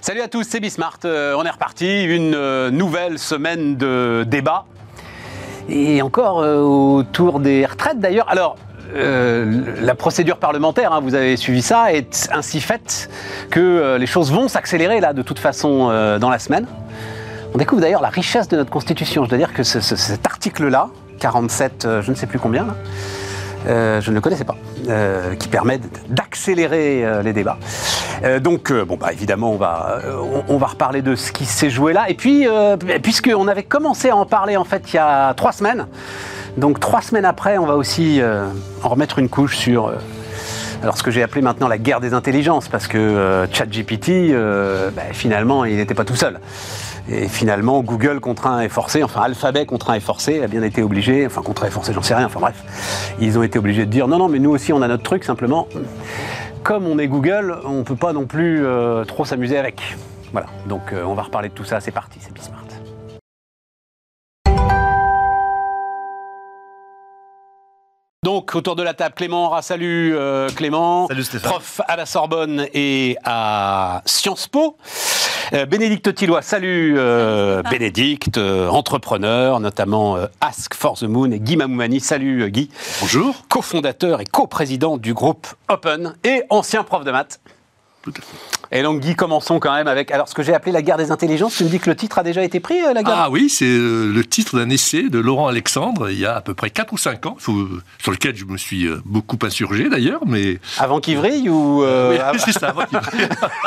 Salut à tous, c'est Bismart. On est reparti, une nouvelle semaine de débat. Et encore autour des retraites d'ailleurs. Alors, la procédure parlementaire, vous avez suivi ça, est ainsi faite que les choses vont s'accélérer là de toute façon dans la semaine. On découvre d'ailleurs la richesse de notre Constitution. Je dois dire que cet article-là, 47, je ne sais plus combien, là, je ne le connaissais pas, qui permet d'accélérer les débats. Donc, évidemment, on va reparler de ce qui s'est joué là. Et puis, puisqu'on avait commencé à en parler en fait il y a 3 semaines, donc 3 semaines après, on va aussi en remettre une couche sur alors ce que j'ai appelé maintenant la guerre des intelligences, parce que ChatGPT, finalement, il n'était pas tout seul. Et finalement, Google contraint et forcé, enfin Alphabet contraint et forcé, a bien été obligé, enfin contraint et forcé, j'en sais rien, enfin bref, ils ont été obligés de dire non, mais nous aussi on a notre truc, simplement, comme on est Google, on ne peut pas non plus trop s'amuser avec. Voilà, donc on va reparler de tout ça, c'est parti, c'est Bismart. Donc, autour de la table, Clément Aura, salut Clément. Salut Stéphane. Prof à la Sorbonne et à Sciences Po. Bénédicte Tilloy, salut Bénédicte, entrepreneur, notamment Ask for the Moon, et Guy Mamoumani, salut Guy. Bonjour. Co-fondateur et co-président du groupe Open et ancien prof de maths. Tout à fait. Et donc Guy, commençons quand même avec ce que j'ai appelé la guerre des intelligences. Tu me dis que le titre a déjà été pris, la guerre? Ah oui, c'est le titre d'un essai de Laurent Alexandre, il y a à peu près 4 ou 5 ans, sur lequel je me suis beaucoup insurgé d'ailleurs, mais... Avant qu'il vrille ou... Oui, c'est ça, avant qu'il vrille.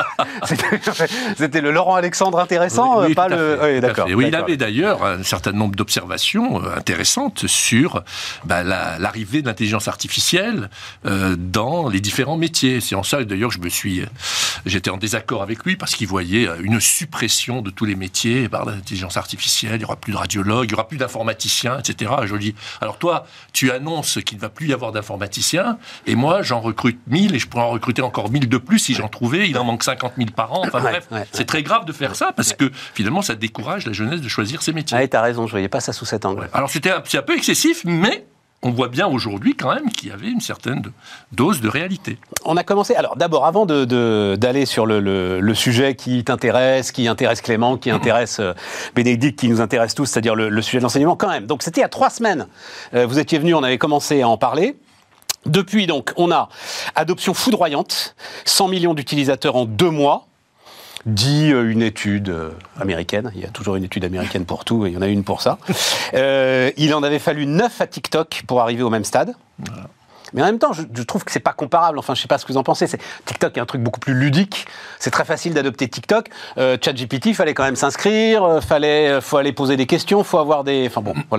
C'était le Laurent Alexandre intéressant, oui, pas le... Oui, d'accord. Oui, il avait d'ailleurs un certain nombre d'observations intéressantes sur l'arrivée de l'intelligence artificielle dans les différents métiers. C'est en ça d'ailleurs que j'étais en désaccord avec lui, parce qu'il voyait une suppression de tous les métiers par l'intelligence artificielle. Il n'y aura plus de radiologues, il n'y aura plus d'informaticiens, etc. Et je lui dis, alors toi, tu annonces qu'il ne va plus y avoir d'informaticiens, et moi, j'en recrute 1000, et je pourrais en recruter encore 1000 de plus si j'en trouvais. Il en manque 50 000 par an. Enfin bref, c'est très grave de faire ça, parce que finalement, ça décourage la jeunesse de choisir ses métiers. Ah, t'as raison, je ne voyais pas ça sous cet angle. Ouais. Alors, c'est un peu excessif, mais... on voit bien aujourd'hui quand même qu'il y avait une certaine dose de réalité. On a commencé, alors d'abord, avant d'aller sur le sujet qui t'intéresse, qui intéresse Clément, qui intéresse Bénédicte, qui nous intéresse tous, c'est-à-dire le sujet de l'enseignement quand même. Donc c'était il y a 3 semaines, vous étiez venus, on avait commencé à en parler. Depuis donc, on a adoption foudroyante, 100 millions d'utilisateurs en 2 mois. Dit une étude américaine, il y a toujours une étude américaine pour tout, et il y en a une pour ça. Il en avait fallu 9 à TikTok pour arriver au même stade. Voilà. Mais en même temps, je trouve que c'est pas comparable. Enfin, je sais pas ce que vous en pensez. TikTok est un truc beaucoup plus ludique. C'est très facile d'adopter TikTok. ChatGPT, il fallait quand même s'inscrire. Faut aller poser des questions. Faut avoir des. Enfin bon, voilà.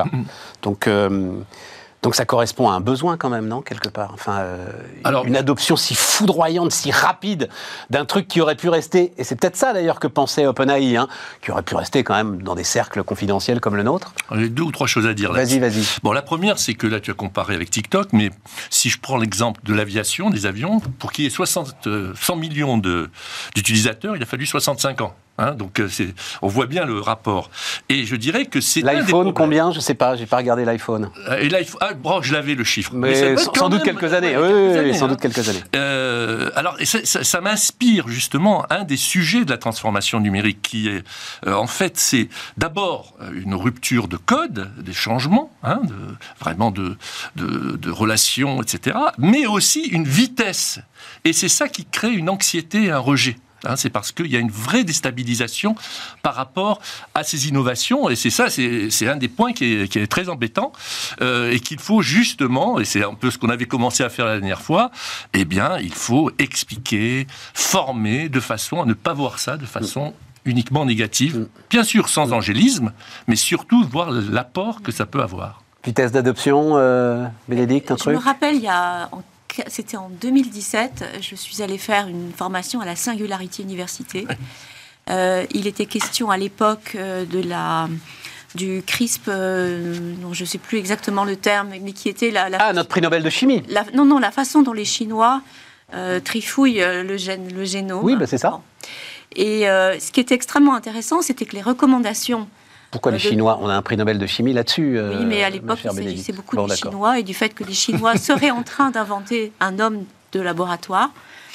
Donc ça correspond à un besoin quand même, non, quelque part. Enfin, alors, une adoption si foudroyante, si rapide d'un truc qui aurait pu rester, et c'est peut-être ça d'ailleurs que pensait OpenAI, qui aurait pu rester quand même dans des cercles confidentiels comme le nôtre. J'ai 2 ou 3 choses à dire là. Vas-y. Bon, la première, c'est que là, tu as comparé avec TikTok, mais si je prends l'exemple de l'aviation, des avions, pour qu'il y ait 100 millions d'utilisateurs, il a fallu 65 ans. Donc on voit bien le rapport. Et je dirais que c'est l'iPhone, combien? Je sais pas, j'ai pas regardé l'iPhone. Et l'iPhone, je l'avais le chiffre. Mais sans doute quelques années. Oui, sans doute quelques années. Alors ça m'inspire justement un des sujets de la transformation numérique qui est en fait c'est d'abord une rupture de code, des changements, vraiment de relations, etc. Mais aussi une vitesse. Et c'est ça qui crée une anxiété et un rejet. C'est parce qu'il y a une vraie déstabilisation par rapport à ces innovations, et c'est un des points qui est très embêtant, et qu'il faut justement, et c'est un peu ce qu'on avait commencé à faire la dernière fois, il faut expliquer, former, de façon à ne pas voir ça de façon uniquement négative, bien sûr sans angélisme, mais surtout voir l'apport que ça peut avoir. Vitesse d'adoption, Bénédicte, un truc? Je me rappelle, c'était en 2017, je suis allée faire une formation à la Singularity University. Il était question à l'époque du CRISP, dont je ne sais plus exactement le terme, mais qui était notre prix Nobel de chimie. La façon dont les Chinois trifouillent le génome. Oui, c'est ça. Et ce qui était extrêmement intéressant, c'était que les recommandations... Pourquoi les Chinois? On a un prix Nobel de chimie là-dessus. Oui, mais à l'époque, il s'agissait beaucoup des Chinois et du fait que les Chinois seraient en train d'inventer un homme de laboratoire.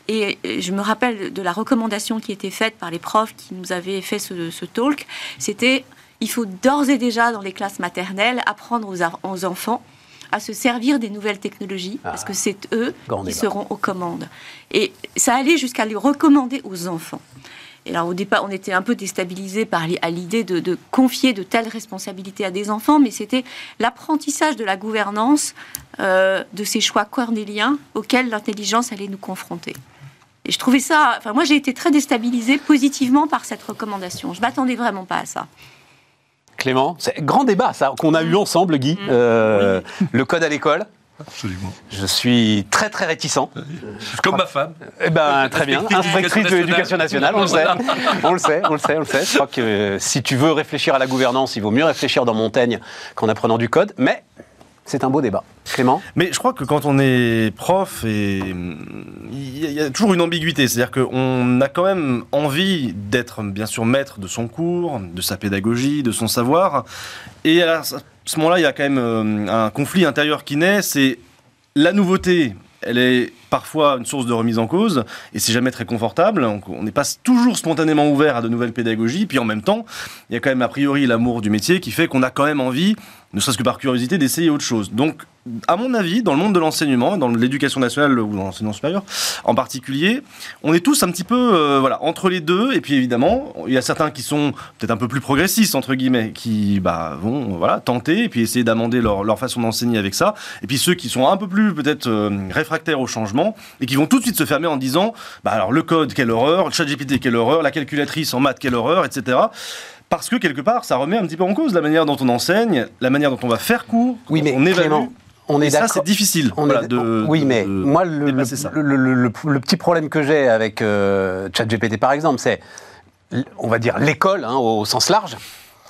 Et je me rappelle de la recommandation qui était faite par les profs qui nous avaient fait ce talk, c'était il faut d'ores et déjà dans les classes maternelles apprendre aux enfants à se servir des nouvelles technologies, parce que c'est eux qui seront aux commandes. Et ça allait jusqu'à les recommander aux enfants. Et alors au départ, on était un peu déstabilisés à l'idée de confier de telles responsabilités à des enfants, mais c'était l'apprentissage de la gouvernance de ces choix cornéliens auxquels l'intelligence allait nous confronter. Et je trouvais ça... Enfin, moi, j'ai été très déstabilisée positivement par cette recommandation. Je ne m'attendais vraiment pas à ça. Clément, c'est un grand débat, ça, qu'on a eu ensemble, Guy. Le code à l'école. Absolument. Je suis très, très réticent. Comme ma femme. Eh ben, très bien. Inspectrice de l'éducation nationale, on le sait. On le sait. Je crois que si tu veux réfléchir à la gouvernance, il vaut mieux réfléchir dans Montaigne qu'en apprenant du code. Mais c'est un beau débat. Clément ? Mais je crois que quand on est prof, il y a toujours une ambiguïté. C'est-à-dire qu'on a quand même envie d'être, bien sûr, maître de son cours, de sa pédagogie, de son savoir. Et à ce moment-là, il y a quand même un conflit intérieur qui naît. C'est la nouveauté. Elle est parfois une source de remise en cause, et c'est jamais très confortable. On n'est pas toujours spontanément ouvert à de nouvelles pédagogies, puis en même temps, il y a quand même a priori l'amour du métier qui fait qu'on a quand même envie, ne serait-ce que par curiosité, d'essayer autre chose. Donc, à mon avis, dans le monde de l'enseignement, dans l'éducation nationale ou dans l'enseignement supérieur en particulier, on est tous un petit peu entre les deux, et puis évidemment, il y a certains qui sont peut-être un peu plus progressistes, entre guillemets, qui vont tenter, et puis essayer d'amender leur façon d'enseigner avec ça, et puis ceux qui sont un peu plus peut-être réfractaires au changement, et qui vont tout de suite se fermer en disant alors le code, quelle horreur, le ChatGPT, quelle horreur, la calculatrice en maths, quelle horreur, etc. Parce que quelque part, ça remet un petit peu en cause la manière dont on enseigne, la manière dont on va faire cours, oui, mais on évalue. Clément, on est d'accord. Ça, c'est difficile. Moi, le petit problème que j'ai avec ChatGPT, par exemple, c'est, on va dire, l'école, au sens large.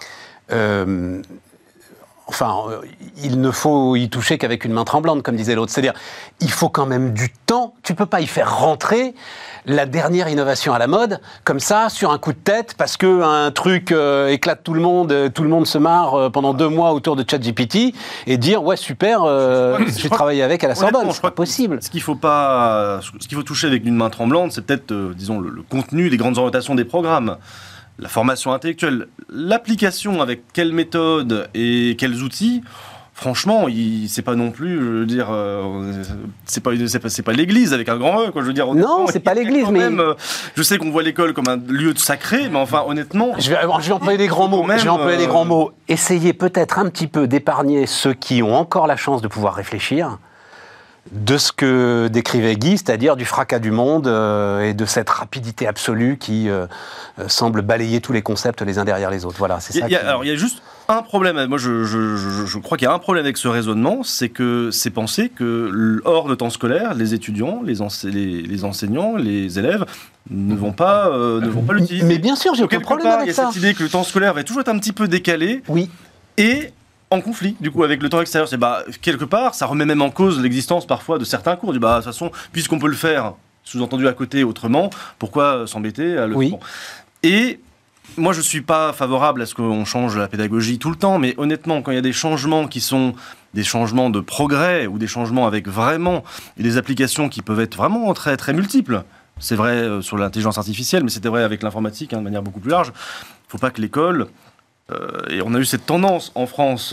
Il ne faut y toucher qu'avec une main tremblante, comme disait l'autre. C'est-à-dire, il faut quand même du temps. Tu ne peux pas y faire rentrer la dernière innovation à la mode, comme ça, sur un coup de tête, parce qu'un truc éclate tout le monde se marre pendant 2 mois autour de ChatGPT, et dire, ouais, super, j'ai travaillé avec à la Sorbonne. C'est pas possible. Ce qu'il faut toucher avec une main tremblante, c'est peut-être, le contenu, les grandes orientations des programmes. La formation intellectuelle, l'application avec quelle méthode et quels outils, franchement, c'est pas non plus, je veux dire, c'est pas l'église avec un grand E, quoi. Je veux dire. Non, c'est pas l'église, mais je sais qu'on voit l'école comme un lieu de sacré, mais enfin, honnêtement, je vais employer des grands mots. Essayez peut-être un petit peu d'épargner ceux qui ont encore la chance de pouvoir réfléchir de ce que décrivait Guy, c'est-à-dire du fracas du monde et de cette rapidité absolue qui semble balayer tous les concepts les uns derrière les autres. Voilà, c'est ça. Alors, il y a juste un problème. Moi, je crois qu'il y a un problème avec ce raisonnement, c'est que c'est penser que, hors de temps scolaire, les étudiants, les enseignants, les élèves ne vont pas l'utiliser. Mais bien sûr, j'ai aucun problème avec ça. Il y a cette idée que le temps scolaire va toujours être un petit peu décalé. Oui. Et en conflit, du coup, avec le temps extérieur. Quelque part, ça remet même en cause l'existence parfois de certains cours. De toute façon, puisqu'on peut le faire, sous-entendu à côté, autrement, pourquoi s'embêter à le faire ? Et moi, je ne suis pas favorable à ce qu'on change la pédagogie tout le temps, mais honnêtement, quand il y a des changements qui sont des changements de progrès ou des changements avec vraiment des applications qui peuvent être vraiment très, très multiples, c'est vrai sur l'intelligence artificielle, mais c'était vrai avec l'informatique de manière beaucoup plus large, il ne faut pas que l'école... et on a eu cette tendance en France,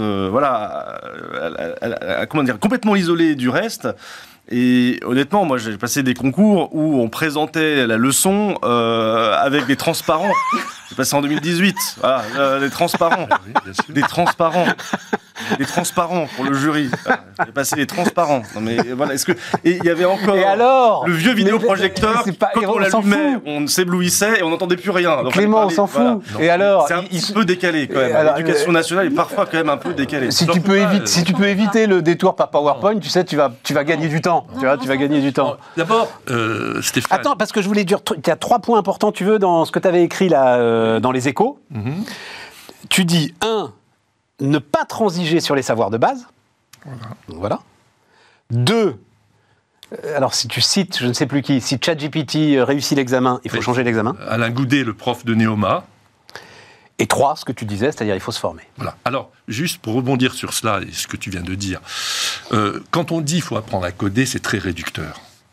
à complètement isolée du reste. Et honnêtement, moi, j'ai passé des concours où on présentait la leçon avec des transparents. J'ai passé en 2018. Voilà, des transparents. Oui, des transparents. Des transparents pour le jury. J'ai passé des transparents. Non, mais voilà, et il y avait encore le vieux vidéoprojecteur. Quand on l'allumait, on s'éblouissait et on n'entendait plus rien. Donc, Clément, on s'en fout. Voilà. Et alors, c'est un petit peu décalé quand même. L'éducation nationale est parfois quand même un peu décalée. Si tu peux éviter le détour par PowerPoint, tu sais, tu vas gagner du temps. Tu vas gagner du temps. D'abord, Stéphane. Attends, parce que je voulais dire, il y a 3 points importants, tu veux, dans ce que tu avais écrit là, dans les Échos. Mm-hmm. Tu dis, 1, ne pas transiger sur les savoirs de base. Voilà. 2, alors si tu cites, je ne sais plus qui, si ChatGPT réussit l'examen, il faut changer l'examen. Alain Goudet, le prof de Neoma. Et 3, ce que tu disais, c'est-à-dire il faut se former. Voilà. Alors, juste pour rebondir sur cela et ce que tu viens de dire, quand on dit qu'il faut apprendre à coder, c'est très réducteur.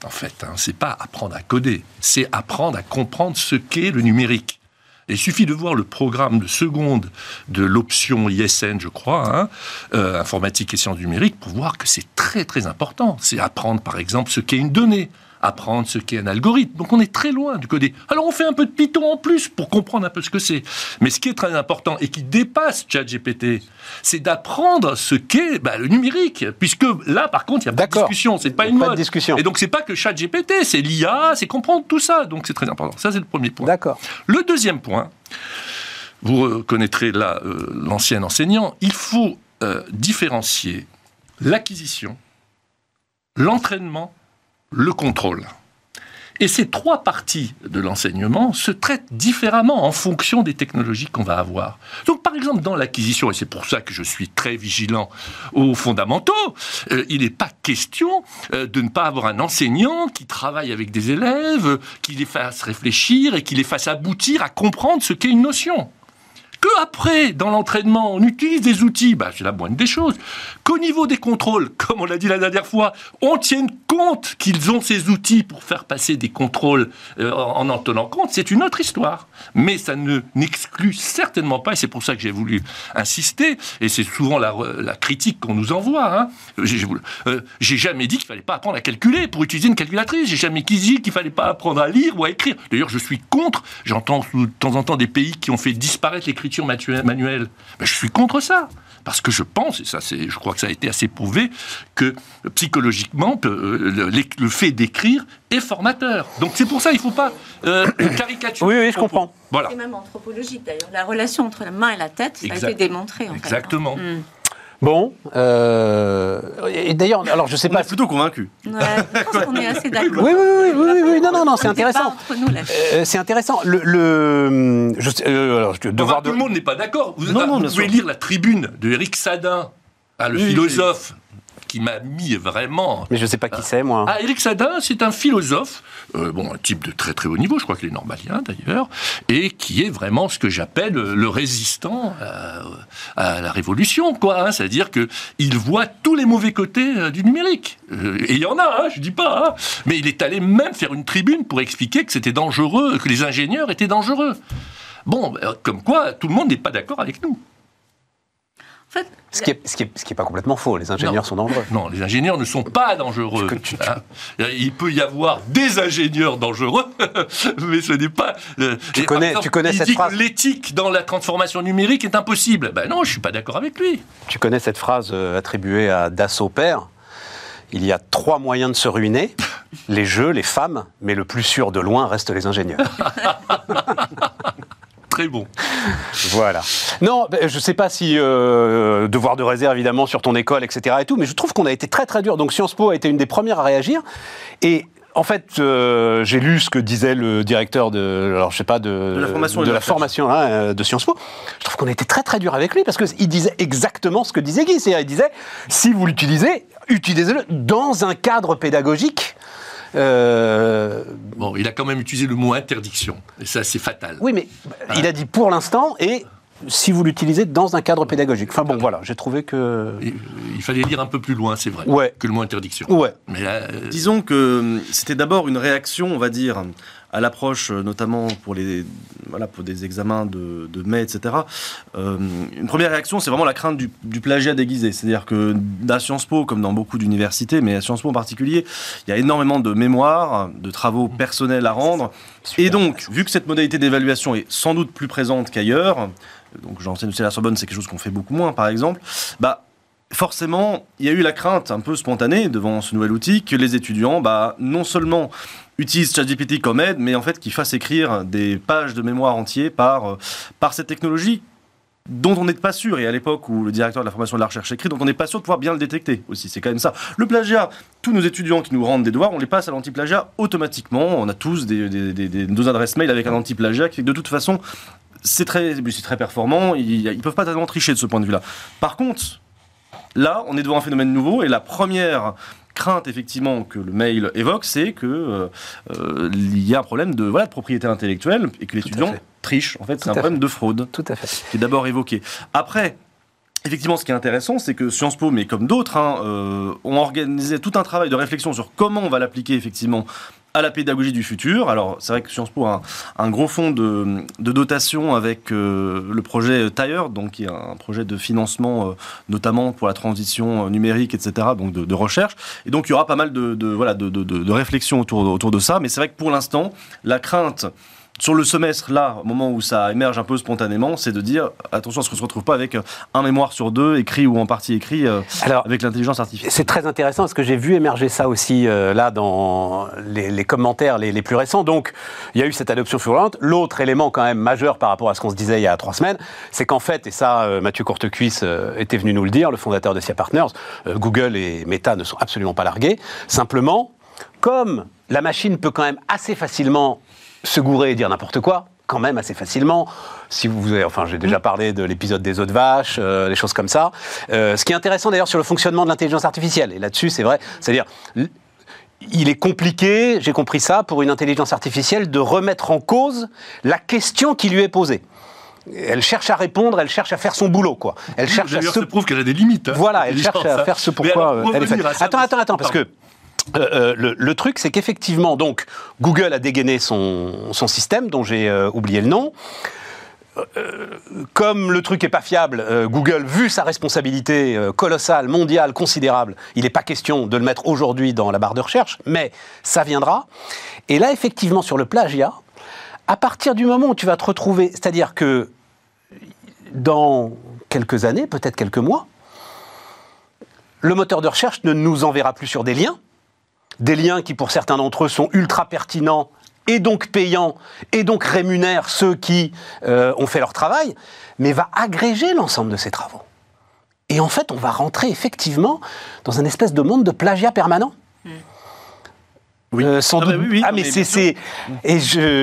en fait. C'est pas apprendre à coder, c'est apprendre à comprendre ce qu'est le numérique. Il suffit de voir le programme de seconde de l'option ISN, je crois, informatique et sciences numériques, pour voir que c'est très très important. C'est apprendre par exemple ce qu'est une donnée, apprendre ce qu'est un algorithme. Donc on est très loin du coder. Alors on fait un peu de Python en plus pour comprendre un peu ce que c'est. Mais ce qui est très important et qui dépasse ChatGPT, c'est d'apprendre ce qu'est le numérique. Puisque là, par contre, il n'y a pas de discussion. C'est pas une mode. Discussion. Et donc c'est pas que ChatGPT, c'est l'IA, c'est comprendre tout ça. Donc c'est très important. Ça, c'est le premier point. D'accord. Le deuxième point, vous reconnaîtrez là l'ancien enseignant, il faut différencier l'acquisition, l'entraînement, le contrôle. Et ces trois parties de l'enseignement se traitent différemment en fonction des technologies qu'on va avoir. Donc, par exemple, dans l'acquisition, et c'est pour ça que je suis très vigilant aux fondamentaux, il n'est pas question de ne pas avoir un enseignant qui travaille avec des élèves, qui les fasse réfléchir et qui les fasse aboutir à comprendre ce qu'est une notion. Que après, dans l'entraînement, on utilise des outils, c'est la moindre des choses. Qu'au niveau des contrôles, comme on l'a dit la dernière fois, on tienne compte qu'ils ont ces outils pour faire passer des contrôles en tenant compte, c'est une autre histoire. Mais ça n'exclut certainement pas, et c'est pour ça que j'ai voulu insister, et c'est souvent la critique qu'on nous envoie. J'ai jamais dit qu'il fallait pas apprendre à calculer pour utiliser une calculatrice. J'ai jamais dit qu'il fallait pas apprendre à lire ou à écrire. D'ailleurs, je suis contre. J'entends de temps en temps des pays qui ont fait disparaître l'écriture manuelle. Je suis contre ça. Parce que je pense, et je crois que ça a été assez prouvé, que psychologiquement, le fait d'écrire est formateur. Donc c'est pour ça, il ne faut pas caricaturer. Oui, je comprends. Voilà. C'est même anthropologique d'ailleurs. La relation entre la main et la tête, ça a été démontré. Exactement. Bon, et d'ailleurs, alors je sais pas. On est plutôt convaincus. Ouais, je pense qu'on est assez d'accord. Oui, non, c'est intéressant. Pas entre nous, là. C'est intéressant. Tout le monde n'est pas d'accord. Vous pouvez lire la tribune de Éric Sadin, le philosophe, qui m'a mis vraiment... Mais je ne sais pas qui c'est, moi. Éric Sadin, c'est un philosophe, un type de très très haut niveau, je crois qu'il est normalien d'ailleurs, et qui est vraiment ce que j'appelle le résistant à la révolution, quoi. C'est-à-dire qu'il voit tous les mauvais côtés du numérique. Et il y en a, je ne dis pas. Mais il est allé même faire une tribune pour expliquer que c'était dangereux, que les ingénieurs étaient dangereux. Bon, comme quoi, tout le monde n'est pas d'accord avec nous. En fait, ce qui est pas complètement faux, les ingénieurs sont dangereux. Non, les ingénieurs ne sont pas dangereux. Il peut y avoir des ingénieurs dangereux, mais ce n'est pas... Tu connais cette phrase. L'éthique dans la transformation numérique est impossible. Non, je ne suis pas d'accord avec lui. Tu connais cette phrase attribuée à Dassault Père ? Il y a 3 moyens de se ruiner, les jeux, les femmes, mais le plus sûr de loin reste les ingénieurs. Très bon. Voilà. Non, je ne sais pas si devoir de réserve, évidemment, sur ton école, etc. et tout, mais je trouve qu'on a été très très dur. Donc Sciences Po a été une des premières à réagir. Et en fait, j'ai lu ce que disait le directeur de la formation de Sciences Po. Je trouve qu'on a été très très dur avec lui parce qu'il disait exactement ce que disait Guy. C'est-à-dire, il disait, si vous l'utilisez, utilisez-le dans un cadre pédagogique. Il a quand même utilisé le mot interdiction, et ça c'est fatal. Oui, mais il a dit pour l'instant, et si vous l'utilisez dans un cadre pédagogique. Enfin bon, voilà, j'ai trouvé que... Il fallait lire un peu plus loin, c'est vrai, que le mot interdiction. Ouais. Mais là, disons que c'était d'abord une réaction, on va dire, à l'approche, notamment pour des examens de mai, etc. Une première réaction, c'est vraiment la crainte du plagiat déguisé. C'est-à-dire que à Sciences Po, comme dans beaucoup d'universités, mais à Sciences Po en particulier, il y a énormément de mémoires, de travaux personnels à rendre. Et donc, vu que cette modalité d'évaluation est sans doute plus présente qu'ailleurs, donc j'enseigne aussi à la Sorbonne, c'est quelque chose qu'on fait beaucoup moins, par exemple, forcément, il y a eu la crainte un peu spontanée devant ce nouvel outil que les étudiants, non seulement utilisent ChatGPT comme aide, mais en fait qu'ils fassent écrire des pages de mémoire entières par cette technologie dont on n'est pas sûr, et à l'époque où le directeur de la formation de la recherche écrit, donc on n'est pas sûr de pouvoir bien le détecter aussi, c'est quand même ça. Le plagiat, tous nos étudiants qui nous rendent des devoirs, on les passe à l'anti-plagiat automatiquement, on a tous nos adresses mail avec un anti-plagiat qui de toute façon, c'est très performant, ils ne peuvent pas tellement tricher de ce point de vue-là. Par contre, là, on est devant un phénomène nouveau, et la première crainte, effectivement, que le mail évoque, c'est qu'il y a un problème de propriété intellectuelle, et que l'étudiant triche. En fait, c'est un problème de fraude. Tout à fait. Qui est d'abord évoqué. Après, Effectivement, ce qui est intéressant, c'est que Sciences Po, mais comme d'autres, ont organisé tout un travail de réflexion sur comment on va l'appliquer effectivement à la pédagogie du futur. Alors, c'est vrai que Sciences Po a un gros fonds de dotation avec le projet Tire, donc qui est un projet de financement, notamment pour la transition numérique, etc., donc de recherche. Et donc, il y aura pas mal de réflexions autour de ça. Mais c'est vrai que pour l'instant, la crainte sur le semestre, là, au moment où ça émerge un peu spontanément, c'est de dire, attention à ce qu'on ne se retrouve pas avec un mémoire sur 2, écrit ou en partie écrit, avec l'intelligence artificielle. C'est très intéressant, parce que j'ai vu émerger ça aussi, là, dans les commentaires les plus récents. Donc, il y a eu cette adoption fulgurante. L'autre élément, quand même, majeur par rapport à ce qu'on se disait il y a 3 semaines, c'est qu'en fait, et ça, Mathieu Courtecuisse était venu nous le dire, le fondateur de SIA Partners, Google et Meta ne sont absolument pas largués. Simplement, comme la machine peut quand même assez facilement se gourer et dire n'importe quoi, quand même assez facilement. Si vous avez, j'ai déjà parlé de l'épisode des œufs de vache, des choses comme ça. Ce qui est intéressant d'ailleurs sur le fonctionnement de l'intelligence artificielle, et là-dessus c'est vrai, c'est-à-dire il est compliqué, j'ai compris ça, pour une intelligence artificielle de remettre en cause la question qui lui est posée. Elle cherche à répondre, elle cherche à faire son boulot, quoi. Elle cherche à ça prouve qu'elle a des limites. Voilà, elle cherche à faire ce pourquoi elle est faite. Attends, parce que le truc, c'est qu'effectivement, donc, Google a dégainé son système, dont j'ai oublié le nom. Comme le truc n'est pas fiable, Google, vu sa responsabilité colossale, mondiale, considérable, il n'est pas question de le mettre aujourd'hui dans la barre de recherche, mais ça viendra. Et là, effectivement, sur le plagiat, à partir du moment où tu vas te retrouver, c'est-à-dire que dans quelques années, peut-être quelques mois, le moteur de recherche ne nous enverra plus sur des liens qui, pour certains d'entre eux, sont ultra pertinents et donc payants, et donc rémunèrent ceux qui ont fait leur travail, mais va agréger l'ensemble de ces travaux. Et en fait, on va rentrer effectivement dans un espèce de monde de plagiat permanent. Oui. Sans doute. Oui, mais c'est... Et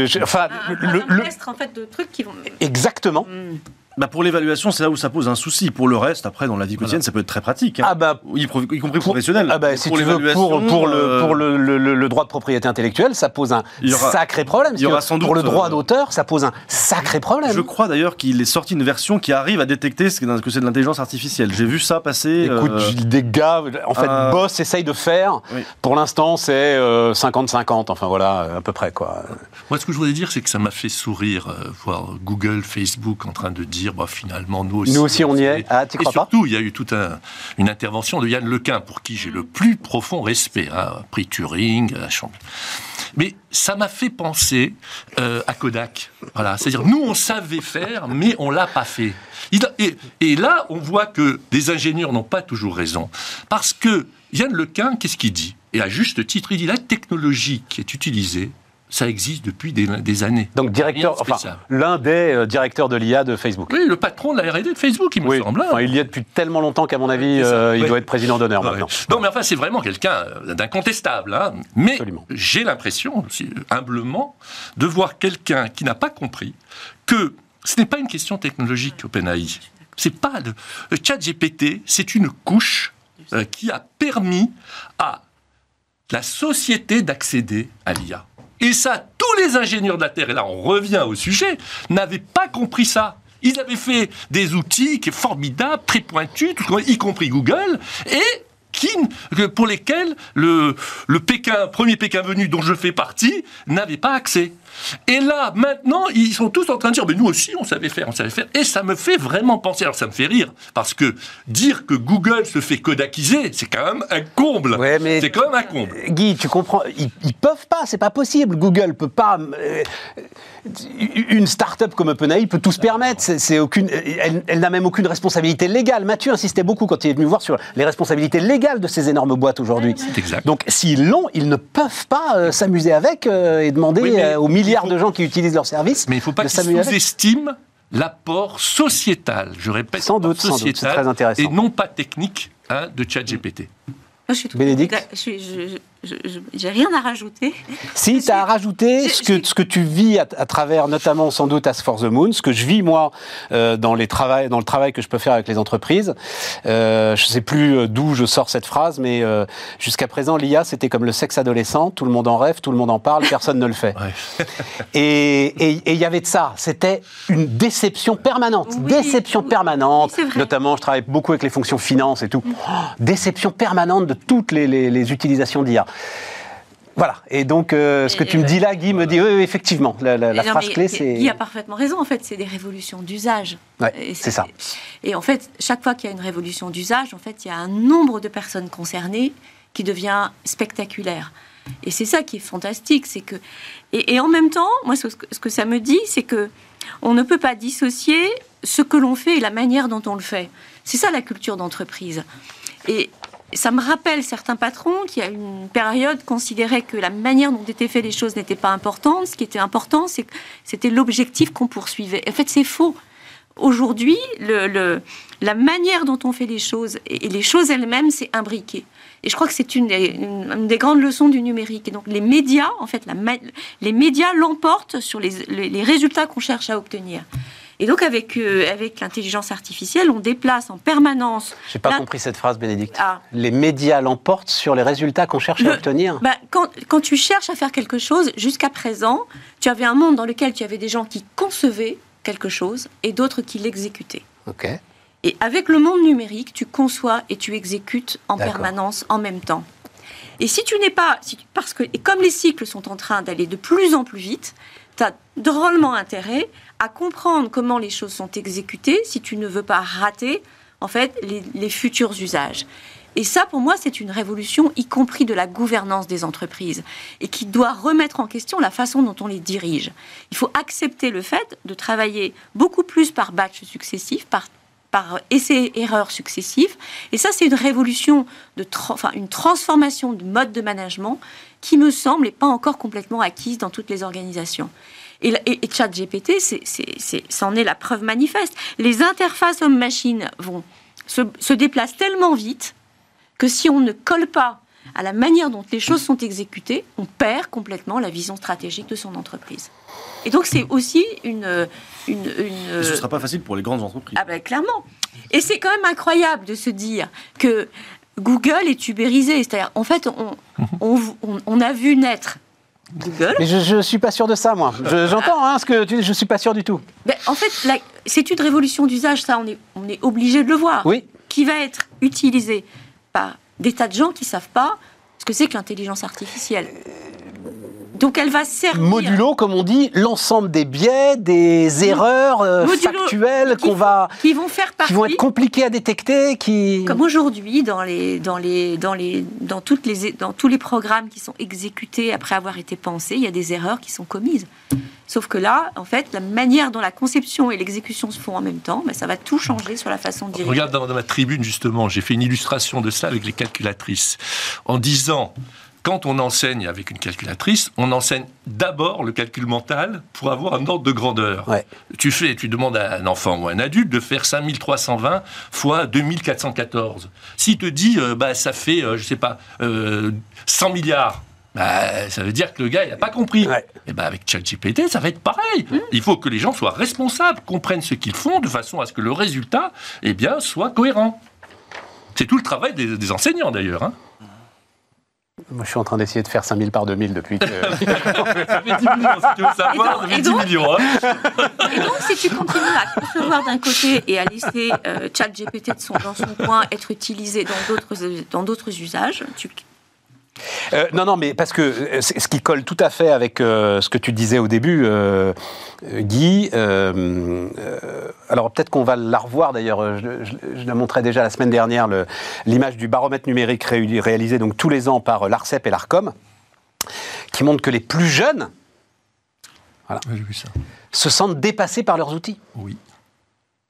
un orchestre, en fait, de trucs qui vont... Exactement. Pour l'évaluation, c'est là où ça pose un souci. Pour le reste, après, dans la vie quotidienne, ça peut être très pratique. Y compris professionnel. Si tu veux, pour le droit de propriété intellectuelle, ça pose un sacré problème. Il y aura sans doute, pour le droit d'auteur, ça pose un sacré problème. Je crois d'ailleurs qu'il est sorti une version qui arrive à détecter que c'est de l'intelligence artificielle. J'ai vu ça passer. Écoute, des gars, en fait, Boss essaye de faire. Oui. Pour l'instant, c'est 50-50. Enfin voilà, à peu près, quoi. Moi, ce que je voulais dire, c'est que ça m'a fait sourire voir Google, Facebook en train de dire finalement, nous aussi on y est. Ah, tu crois pas ? Et surtout, il y a eu toute une intervention de Yann Lequin, pour qui j'ai le plus profond respect, prix Turing, mais ça m'a fait penser à Kodak. Voilà, c'est-à-dire, nous, on savait faire, mais on l'a pas fait. Et là, on voit que des ingénieurs n'ont pas toujours raison. Parce que Yann Lequin, qu'est-ce qu'il dit ? Et à juste titre, il dit, la technologie qui est utilisée, ça existe depuis des années. Donc l'un des directeurs de l'IA de Facebook. Oui, le patron de la R&D de Facebook, il me semble. Il y est depuis tellement longtemps qu'à mon avis, il doit être président d'honneur maintenant. Non, mais c'est vraiment quelqu'un d'incontestable. Mais absolument. J'ai l'impression, aussi, humblement, de voir quelqu'un qui n'a pas compris que ce n'est pas une question technologique, OpenAI. C'est pas le ChatGPT, c'est une couche qui a permis à la société d'accéder à l'IA. Et ça, tous les ingénieurs de la Terre, et là on revient au sujet, n'avaient pas compris ça. Ils avaient fait des outils qui sont formidables, très pointus, y compris Google, et pour lesquels le premier Pékin venu dont je fais partie n'avait pas accès. Et là, maintenant, ils sont tous en train de dire « mais nous aussi, on savait faire ». Et ça me fait vraiment penser, alors ça me fait rire, parce que dire que Google se fait kodakiser, c'est quand même un comble. Ouais, mais c'est quand même un comble. Guy, tu comprends, ils peuvent pas, c'est pas possible. Google peut pas... une start-up comme OpenAI peut tout se permettre. Elle n'a même aucune responsabilité légale. Mathieu insistait beaucoup quand il est venu voir sur les responsabilités légales de ces énormes boîtes aujourd'hui. C'est exact. Donc s'ils l'ont, ils ne peuvent pas s'amuser avec et demander aux milliards de gens qui utilisent leurs services. Mais il ne faut pas qu'ils sous-estiment l'apport sociétal. Je répète, sans doute, c'est très intéressant. Et non pas technique de ChatGPT. Moi, je suis Bénédicte, j'ai rien à rajouter. Si, tu as rajouté ce que tu vis à travers, notamment sans doute Ask for the Moon, ce que je vis moi dans le travail que je peux faire avec les entreprises. Je ne sais plus d'où je sors cette phrase, mais jusqu'à présent, l'IA, c'était comme le sexe adolescent, tout le monde en rêve, tout le monde en parle, personne ne le fait. Ouais. Et il y avait de ça, c'était une déception permanente, notamment je travaille beaucoup avec les fonctions finance et tout, déception permanente de toutes les utilisations d'IA. Voilà, et donc ce que tu me dis là, Guy, me dit, oui, effectivement, la phrase clé, c'est... Guy a parfaitement raison, en fait, c'est des révolutions d'usage. Ouais, c'est ça. Et en fait, chaque fois qu'il y a une révolution d'usage, en fait, il y a un nombre de personnes concernées qui devient spectaculaire. Et c'est ça qui est fantastique, c'est que... Et en même temps, moi, ce que ça me dit, c'est que on ne peut pas dissocier ce que l'on fait et la manière dont on le fait. C'est ça, la culture d'entreprise. Et ça me rappelle certains patrons qui, à une période, considéraient que la manière dont étaient faites les choses n'était pas importante. Ce qui était important, c'était l'objectif qu'on poursuivait. En fait, c'est faux. Aujourd'hui, la manière dont on fait les choses et les choses elles-mêmes, c'est imbriqué. Et je crois que c'est une des grandes leçons du numérique. Et donc, les médias, en fait, les médias l'emportent sur les résultats qu'on cherche à obtenir. Et donc, avec l'intelligence artificielle, on déplace en permanence... J'ai pas compris cette phrase, Bénédicte. Ah. Les médias l'emportent sur les résultats qu'on cherche à obtenir. Quand tu cherches à faire quelque chose, jusqu'à présent, tu avais un monde dans lequel tu avais des gens qui concevaient quelque chose et d'autres qui l'exécutaient. Ok. Et avec le monde numérique, tu conçois et tu exécutes en permanence, en même temps. Et si tu n'es pas... Et comme les cycles sont en train d'aller de plus en plus vite, tu as drôlement intérêt à comprendre comment les choses sont exécutées si tu ne veux pas rater, en fait, les futurs usages. Et ça, pour moi, c'est une révolution, y compris de la gouvernance des entreprises, et qui doit remettre en question la façon dont on les dirige. Il faut accepter le fait de travailler beaucoup plus par batch successifs, par essais-erreurs successifs. Et ça, c'est une révolution, une transformation du mode de management qui, me semble, n'est pas encore complètement acquise dans toutes les organisations. Et ChatGPT, c'en est la preuve manifeste. Les interfaces homme-machine se déplacent tellement vite que si on ne colle pas à la manière dont les choses sont exécutées, on perd complètement la vision stratégique de son entreprise. Et donc, c'est aussi une... Ce ne sera pas facile pour les grandes entreprises. Ah ben, clairement. Et c'est quand même incroyable de se dire que Google est ubérisé. C'est-à-dire, en fait, on a vu naître Google. Mais je ne suis pas sûr de ça, moi. J'entends ce que tu dis, je ne suis pas sûr du tout. Ben, en fait, c'est une révolution d'usage, ça, on est obligé de le voir. Oui. Qui va être utilisée par des tas de gens qui ne savent pas ce que c'est que l'intelligence artificielle. Donc elle va servir... Modulo, comme on dit, l'ensemble des biais, des erreurs factuelles qui vont faire partie... Qui vont être compliquées à détecter, Comme aujourd'hui, dans tous les programmes qui sont exécutés après avoir été pensés, il y a des erreurs qui sont commises. Sauf que là, en fait, la manière dont la conception et l'exécution se font en même temps, ça va tout changer sur la façon de diriger. Regarde dans ma tribune, justement, j'ai fait une illustration de ça avec les calculatrices. En disant... Quand on enseigne avec une calculatrice, on enseigne d'abord le calcul mental pour avoir un ordre de grandeur. Ouais. Tu demandes à un enfant ou à un adulte de faire 5320 fois 2414. S'il te dit, ça fait, 100 milliards, ça veut dire que le gars, il n'a pas compris. Ouais. Et avec ChatGPT, ça va être pareil. Il faut que les gens soient responsables, comprennent ce qu'ils font, de façon à ce que le résultat, soit cohérent. C'est tout le travail des enseignants, d'ailleurs, hein. Moi, je suis en train d'essayer de faire 5000 par 2000 depuis que... Ça fait 10 millions, si tu veux savoir, ça fait 10 millions. Hein. Et donc, si tu continues à concevoir d'un côté et à laisser ChatGPT dans son coin être utilisé dans d'autres usages, non, mais parce que ce qui colle tout à fait avec ce que tu disais au début, Guy, alors peut-être qu'on va la revoir d'ailleurs, je la montrais déjà la semaine dernière, l'image du baromètre numérique réalisé donc tous les ans par l'ARCEP et l'ARCOM, qui montre que les plus jeunes j'ai vu ça. Se sentent dépassés par leurs outils. Oui.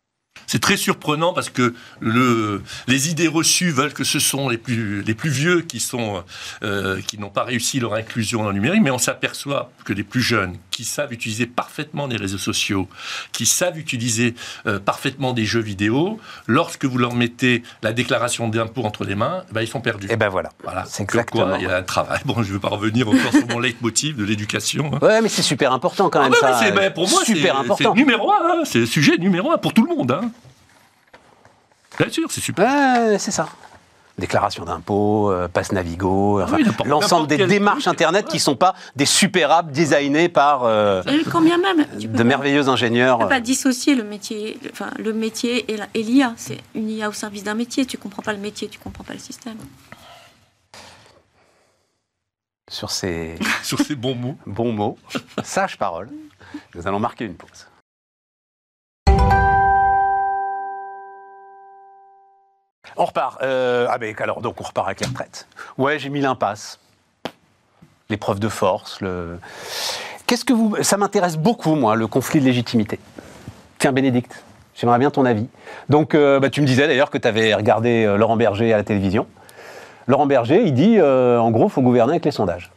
C'est très surprenant parce que les idées reçues veulent que ce sont les plus vieux qui n'ont pas réussi leur inclusion dans le numérique, mais on s'aperçoit que les plus jeunes, qui savent utiliser parfaitement les réseaux sociaux, qui savent utiliser parfaitement des jeux vidéo, lorsque vous leur mettez la déclaration d'impôt entre les mains, ils sont perdus. Et ben voilà. C'est exactement. Il y a un travail. Bon, je ne veux pas revenir encore sur mon leitmotiv de l'éducation. Ouais, mais c'est super important quand même. Pour moi, c'est numéro un. C'est le sujet numéro un pour tout le monde. Bien sûr, c'est super. Ouais, c'est ça. Déclaration d'impôt, passe Navigo, l'ensemble des démarches Internet qui ne sont pas des super apps designées par quand bien même, de merveilleux ingénieurs. Tu ne peux pas dissocier le métier et l'IA. C'est une IA au service d'un métier. Tu ne comprends pas le métier, tu ne comprends pas le système. Sur ces bons mots, sages paroles, nous allons marquer une pause. On repart. Donc on repart avec les retraites. Ouais, j'ai mis l'impasse. L'épreuve de force. Ça m'intéresse beaucoup, moi, le conflit de légitimité. Tiens, Bénédicte, j'aimerais bien ton avis. Donc, tu me disais d'ailleurs que tu avais regardé Laurent Berger à la télévision. Laurent Berger, il dit, en gros, il faut gouverner avec les sondages.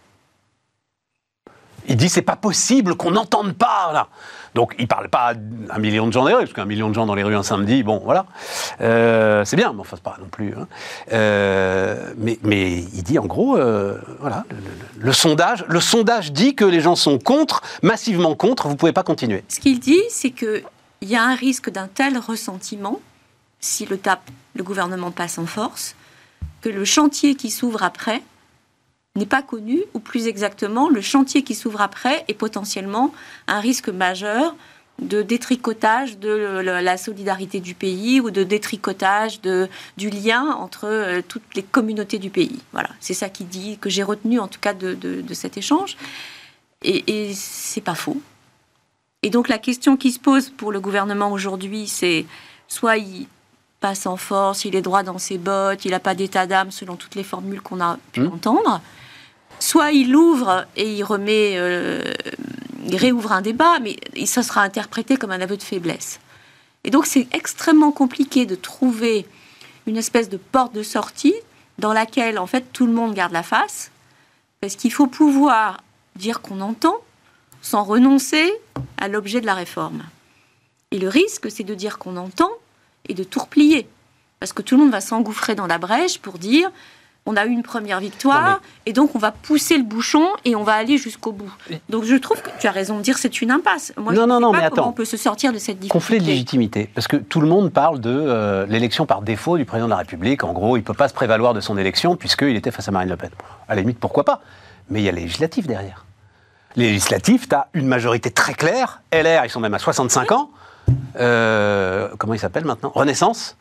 Il dit, c'est pas possible qu'on n'entende pas, là. Donc, il parle pas à 1 million de gens dans les rues, parce qu'1 million de gens dans les rues un samedi, bon, voilà. C'est bien, mais enfin, c'est pas non plus. Mais il dit, en gros, voilà, le sondage dit que les gens sont contre, massivement contre, vous pouvez pas continuer. Ce qu'il dit, c'est qu'il y a un risque d'un tel ressentiment, si le gouvernement passe en force, que le chantier qui s'ouvre après n'est pas connu, ou plus exactement, le chantier qui s'ouvre après est potentiellement un risque majeur de détricotage de la solidarité du pays ou de détricotage du lien entre toutes les communautés du pays. Voilà, c'est ça qu'il dit, que j'ai retenu en tout cas de cet échange. Et c'est pas faux. Et donc la question qui se pose pour le gouvernement aujourd'hui, c'est soit il passe en force, il est droit dans ses bottes, il n'a pas d'état d'âme selon toutes les formules qu'on a pu entendre. Soit il ouvre et il réouvre un débat, mais ça sera interprété comme un aveu de faiblesse. Et donc c'est extrêmement compliqué de trouver une espèce de porte de sortie dans laquelle en fait tout le monde garde la face, parce qu'il faut pouvoir dire qu'on entend sans renoncer à l'objet de la réforme. Et le risque, c'est de dire qu'on entend et de tout replier, parce que tout le monde va s'engouffrer dans la brèche pour dire on a eu une première victoire, et donc on va pousser le bouchon et on va aller jusqu'au bout. Donc je trouve que tu as raison de dire que c'est une impasse. Moi, je ne sais pas comment on peut se sortir de cette difficulté. Conflit de légitimité, parce que tout le monde parle de l'élection par défaut du président de la République. En gros, il ne peut pas se prévaloir de son élection puisqu'il était face à Marine Le Pen. À la limite, pourquoi pas ? Mais il y a les législatives derrière. Les législatives, tu as une majorité très claire. LR, ils sont même à 65 ans. Comment ils s'appellent maintenant ? Renaissance.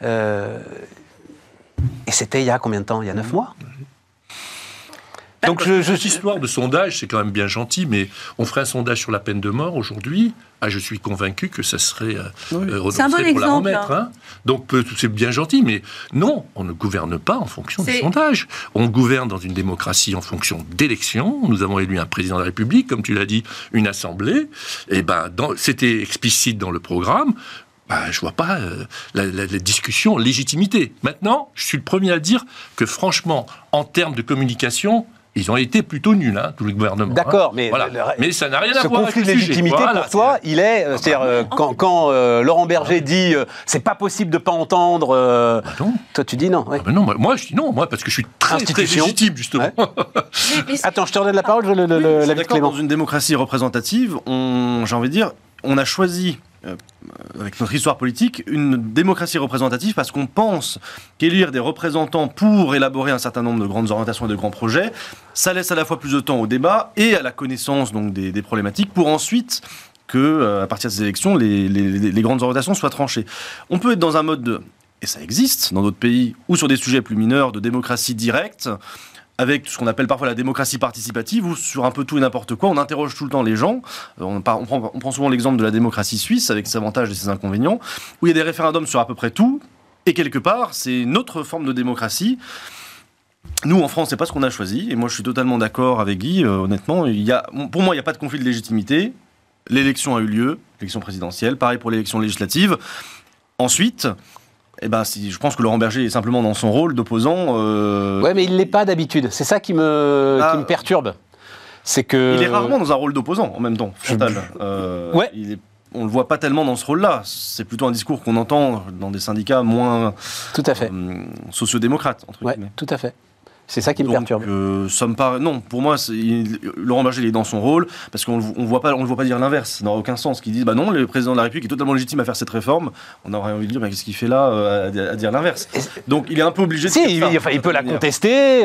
Et c'était il y a combien de temps ? Il y a 9 mois ? Donc cette histoire de sondage, c'est quand même bien gentil, mais on ferait un sondage sur la peine de mort aujourd'hui. Je suis convaincu que ça serait renoncé pour la remettre. Hein. Donc c'est bien gentil, mais non, on ne gouverne pas en fonction du sondage. On gouverne dans une démocratie en fonction d'élections. Nous avons élu un président de la République, comme tu l'as dit, une assemblée. Et c'était explicite dans le programme. Je ne vois pas la discussion légitimité. Maintenant, je suis le premier à dire que franchement, en termes de communication, ils ont été plutôt nuls, tout le gouvernement. D'accord, mais, mais ça n'a rien à voir avec le sujet. Ce conflit de légitimité, pour toi, il est... c'est-à-dire, quand Laurent Berger dit « c'est pas possible de pas entendre toi, tu dis non. Ouais. Non, moi, je dis non, parce que je suis très légitime, justement. Ouais. Attends, je te redonne la parole, la Clément. Dans une démocratie représentative, j'ai envie de dire, on a choisi... avec notre histoire politique, une démocratie représentative parce qu'on pense qu'élire des représentants pour élaborer un certain nombre de grandes orientations et de grands projets, ça laisse à la fois plus de temps au débat et à la connaissance donc, des problématiques pour ensuite que, à partir de ces élections, les grandes orientations soient tranchées. On peut être dans un mode et ça existe dans d'autres pays, ou sur des sujets plus mineurs, de démocratie directe, avec ce qu'on appelle parfois la démocratie participative, où sur un peu tout et n'importe quoi, on interroge tout le temps les gens. On prend souvent l'exemple de la démocratie suisse, avec ses avantages et ses inconvénients, où il y a des référendums sur à peu près tout, et quelque part, c'est notre forme de démocratie. Nous, en France, c'est pas ce qu'on a choisi, et moi je suis totalement d'accord avec Guy, honnêtement. Pour moi, il n'y a pas de conflit de légitimité. L'élection a eu lieu, l'élection présidentielle, pareil pour l'élection législative. Ensuite, je pense que Laurent Berger est simplement dans son rôle d'opposant. Ouais, mais il l'est pas d'habitude. C'est ça qui me perturbe. C'est que... Il est rarement dans un rôle d'opposant en même temps, Chantal. Ouais. On le voit pas tellement dans ce rôle-là. C'est plutôt un discours qu'on entend dans des syndicats moins tout à fait. Sociodémocrates, entre guillemets. Tout à fait. C'est ça qui me perturbe. Ça me paraît... Non, pour moi, Laurent Berger il est dans son rôle, parce qu'on ne le voit pas dire l'inverse. Ça n'a aucun sens. Qu'ils disent, non, le président de la République est totalement légitime à faire cette réforme. On aurait envie de dire, mais qu'est-ce qu'il fait là à dire l'inverse? Donc il est un peu obligé de il peut la contester.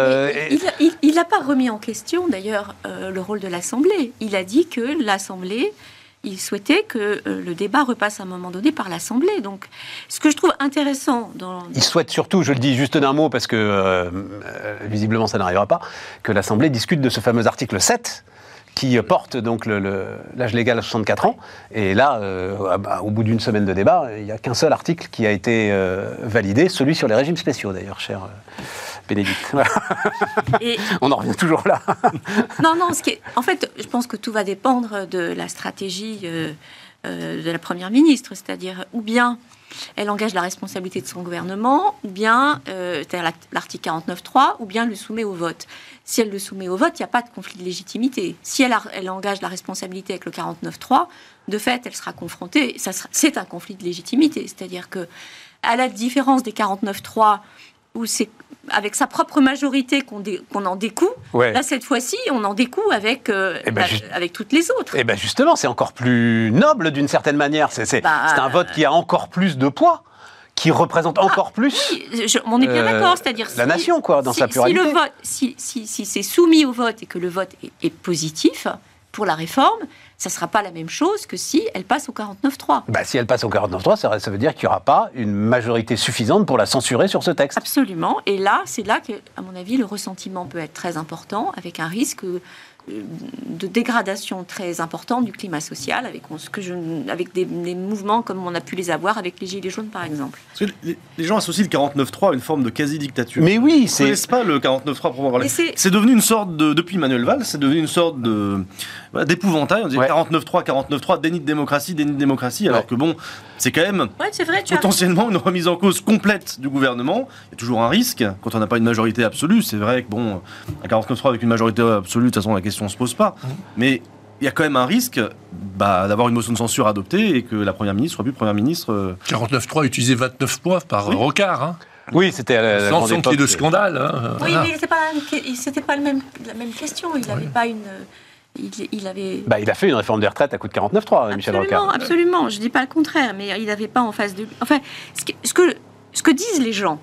Il n'a pas remis en question, d'ailleurs, le rôle de l'Assemblée. Il a dit que l'Assemblée... Il souhaitait que le débat repasse à un moment donné par l'Assemblée. Donc, ce que je trouve intéressant Il souhaite surtout, je le dis juste d'un mot, parce que visiblement ça n'arrivera pas, que l'Assemblée discute de ce fameux article 7 qui porte donc l'âge légal à 64 ans. Et là, au bout d'une semaine de débat, il n'y a qu'un seul article qui a été validé, celui sur les régimes spéciaux d'ailleurs, cher Bénédicte. On en revient toujours là. Non, en fait, je pense que tout va dépendre de la stratégie de la Première ministre, c'est-à-dire ou bien elle engage la responsabilité de son gouvernement, ou bien, c'est-à-dire l'article 49.3, ou bien elle le soumet au vote. Si elle le soumet au vote, il n'y a pas de conflit de légitimité. Si elle engage la responsabilité avec le 49.3, de fait, elle sera confrontée, c'est un conflit de légitimité. C'est-à-dire que, à la différence des 49.3, où c'est avec sa propre majorité qu'on en découd. Ouais. Là, cette fois-ci, on en découd avec toutes les autres. Et bien justement, c'est encore plus noble d'une certaine manière. C'est un vote qui a encore plus de poids, qui représente encore plus on est bien d'accord, c'est-à-dire la nation, quoi, dans sa pluralité. Si c'est soumis au vote et que le vote est positif pour la réforme, ça ne sera pas la même chose que si elle passe au 49.3. Si elle passe au 49.3, ça veut dire qu'il n'y aura pas une majorité suffisante pour la censurer sur ce texte. Absolument. Et là, c'est là que, à mon avis, le ressentiment peut être très important, avec un risque de dégradation très importante du climat social, avec des mouvements comme on a pu les avoir avec les Gilets jaunes, par exemple. Parce que les gens associent le 49.3 à une forme de quasi-dictature. Mais oui, ils ne connaissent pas le 49.3 pour parler. C'est devenu une sorte de... Depuis Manuel Valls, c'est devenu une sorte d'épouvantail. On dit 49.3, déni de démocratie, alors que c'est quand même potentiellement une remise en cause complète du gouvernement. Il y a toujours un risque, quand on n'a pas une majorité absolue. C'est vrai que un 49.3 avec une majorité absolue, de toute façon la question ne se pose pas. Mais il y a quand même un risque d'avoir une motion de censure adoptée et que la Première ministre soit plus Première ministre. 49.3 utilisé 29 fois par Rocard. Hein. Oui, c'était la sans qu'il y ait de scandale. Oui, mais c'était pas la même question. Il n'avait pas une... Il a fait une réforme des retraites à coup de 49.3, Michel Rocard. Absolument, je ne dis pas le contraire, mais il n'avait pas en face de lui... Enfin, ce que disent les gens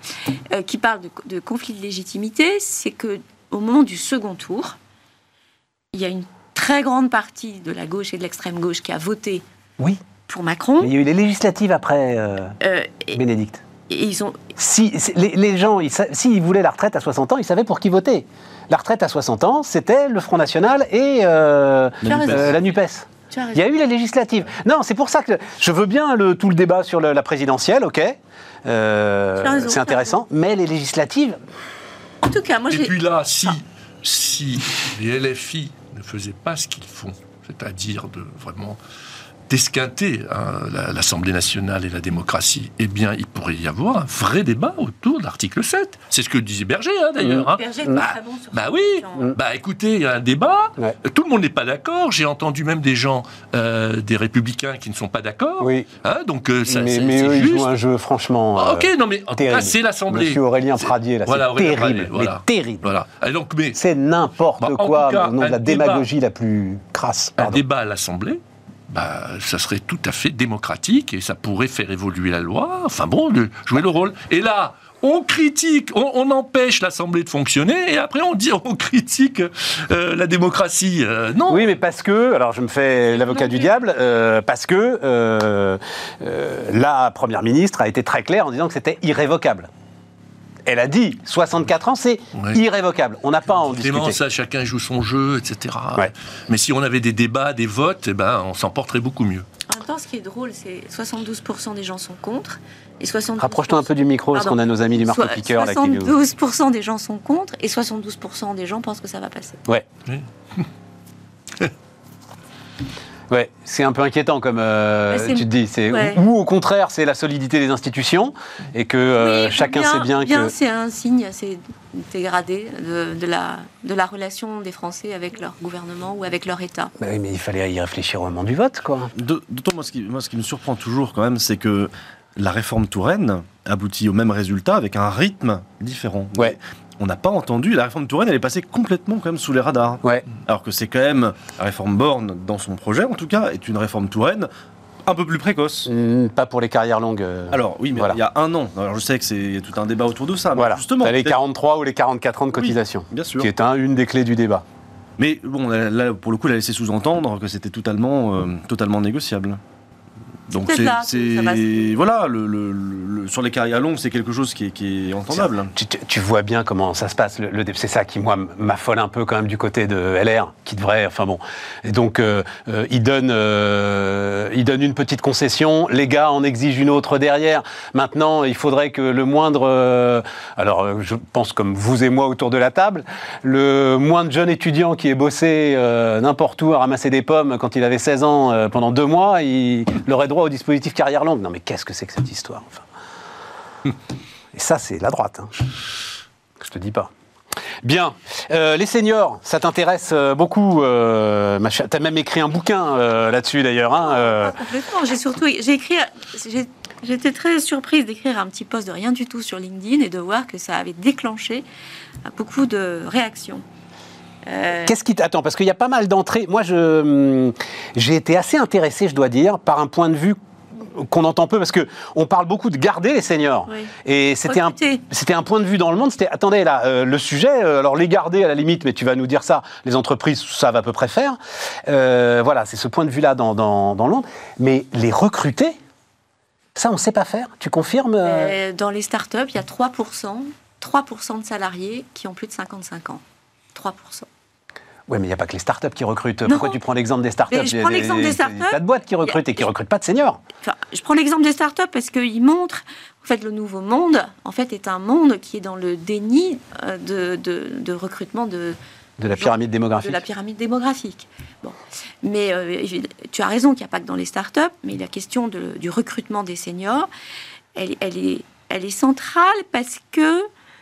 qui parlent de conflit de légitimité, c'est qu'au moment du second tour, il y a une très grande partie de la gauche et de l'extrême gauche qui a voté pour Macron. Mais il y a eu les législatives après, Bénédicte. Et ils ont... les gens, s'ils voulaient la retraite à 60 ans, ils savaient pour qui voter. La retraite à 60 ans, c'était le Front National et la NUPES. Il y a eu les législatives. Non, c'est pour ça que je veux bien tout le débat sur la présidentielle, ok. C'est intéressant, mais les législatives... En tout cas, moi Et puis là, si les LFI ne faisaient pas ce qu'ils font, c'est-à-dire de vraiment d'esquinter l'Assemblée nationale et la démocratie, eh bien, il pourrait y avoir un vrai débat autour de l'article 7. C'est ce que disait Berger, d'ailleurs. Berger est très bon sur ça. Oui. Écoutez, il y a un débat. Ouais. Tout le monde n'est pas d'accord. J'ai entendu même des gens, des républicains qui ne sont pas d'accord. Oui. Donc, mais eux, ils jouent un jeu, franchement. Non, mais en tout cas, c'est l'Assemblée. Monsieur Aurélien Pradier, là, c'est terrible. Mais terrible. Voilà. C'est n'importe quoi, au nom de la démagogie la plus crasse. Un débat à l'Assemblée, ça serait tout à fait démocratique et ça pourrait faire évoluer la loi, de jouer le rôle. Et là, on critique, on empêche l'Assemblée de fonctionner et après on critique la démocratie. Non. Oui, mais parce que, alors je me fais l'avocat du diable, parce que la Première ministre a été très claire en disant que c'était irrévocable. Elle a dit 64 ans, c'est irrévocable. On n'a pas à en discuter. Ça, chacun joue son jeu, etc. Ouais. Mais si on avait des débats, des votes, on s'en porterait beaucoup mieux. En même temps, ce qui est drôle, c'est 72% des gens sont contre. Et 72%... Rapproche-toi un peu du micro, parce qu'on a nos amis du marteau-piqueur. 72% des gens sont contre et 72% des gens pensent que ça va passer. Ouais. Ouais, c'est un peu inquiétant comme tu te dis. Ouais. Ou au contraire, c'est la solidité des institutions et que Oui, chacun sait bien que... C'est un signe assez dégradé de la relation des Français avec leur gouvernement ou avec leur État. Bah oui, mais il fallait y réfléchir au moment du vote, quoi. D'autant, ce qui me surprend toujours quand même, c'est que la réforme Touraine aboutit au même résultat avec un rythme différent. Ouais. On n'a pas entendu, la réforme Touraine, elle est passée complètement quand même sous les radars. Ouais. Alors que c'est quand même, la réforme Borne, dans son projet en tout cas, est une réforme Touraine un peu plus précoce. Pas pour les carrières longues. Alors oui, mais voilà. il y a un an. Alors je sais que c'est tout un débat autour de ça. Mais Voilà, justement. t'as les 43 ou les 44 ans de cotisation, bien sûr. qui est une des clés du débat. Mais bon, là, pour le coup, elle a laissé sous-entendre que c'était totalement négociable. Donc voilà, sur les carrières longues, c'est quelque chose qui est entendable. Tu vois bien comment ça se passe. C'est ça qui, moi, m'affole un peu quand même du côté de LR, qui devrait... Enfin bon. Et donc, il donne une petite concession, les gars en exigent une autre derrière. Maintenant, il faudrait que le moindre... alors, je pense comme vous et moi autour de la table, le moindre jeune étudiant qui ait bossé n'importe où à ramasser des pommes quand il avait 16 ans pendant 2 mois, il aurait droit au dispositif carrière longue. Non mais qu'est-ce que c'est que cette histoire, enfin. Et ça, c'est la droite. Hein. Je te dis pas. Bien. Les seniors, ça t'intéresse beaucoup. T'as même écrit un bouquin là-dessus d'ailleurs. Hein, Complètement. J'étais très surprise d'écrire un petit post de rien du tout sur LinkedIn et de voir que ça avait déclenché beaucoup de réactions. Qu'est-ce qui t'attend ? Parce qu'il y a pas mal d'entrées. Moi, j'ai été assez intéressé, je dois dire, par un point de vue qu'on entend peu, parce qu'on parle beaucoup de garder les seniors. Oui. Et c'était un point de vue dans le monde. C'était, attendez, là, le sujet, alors les garder à la limite, mais tu vas nous dire ça, les entreprises savent à peu près faire. Voilà, c'est ce point de vue-là dans le monde. Mais les recruter, ça, on ne sait pas faire. Tu confirmes Dans les startups, il y a 3% de salariés qui ont plus de 55 ans. 3%. Oui, mais il n'y a pas que les startups qui recrutent. Non. Pourquoi tu prends l'exemple des startups ? Je prends l'exemple des startups. Il y a pas de boîtes qui recrutent et qui ne recrutent pas de seniors. Enfin, je prends l'exemple des startups parce qu'il montre, en fait, le nouveau monde, en fait, est un monde qui est dans le déni de recrutement de la pyramide démographique. De la pyramide démographique. Bon. Mais tu as raison qu'il n'y a pas que dans les startups, mais la question du recrutement des seniors, elle est centrale parce que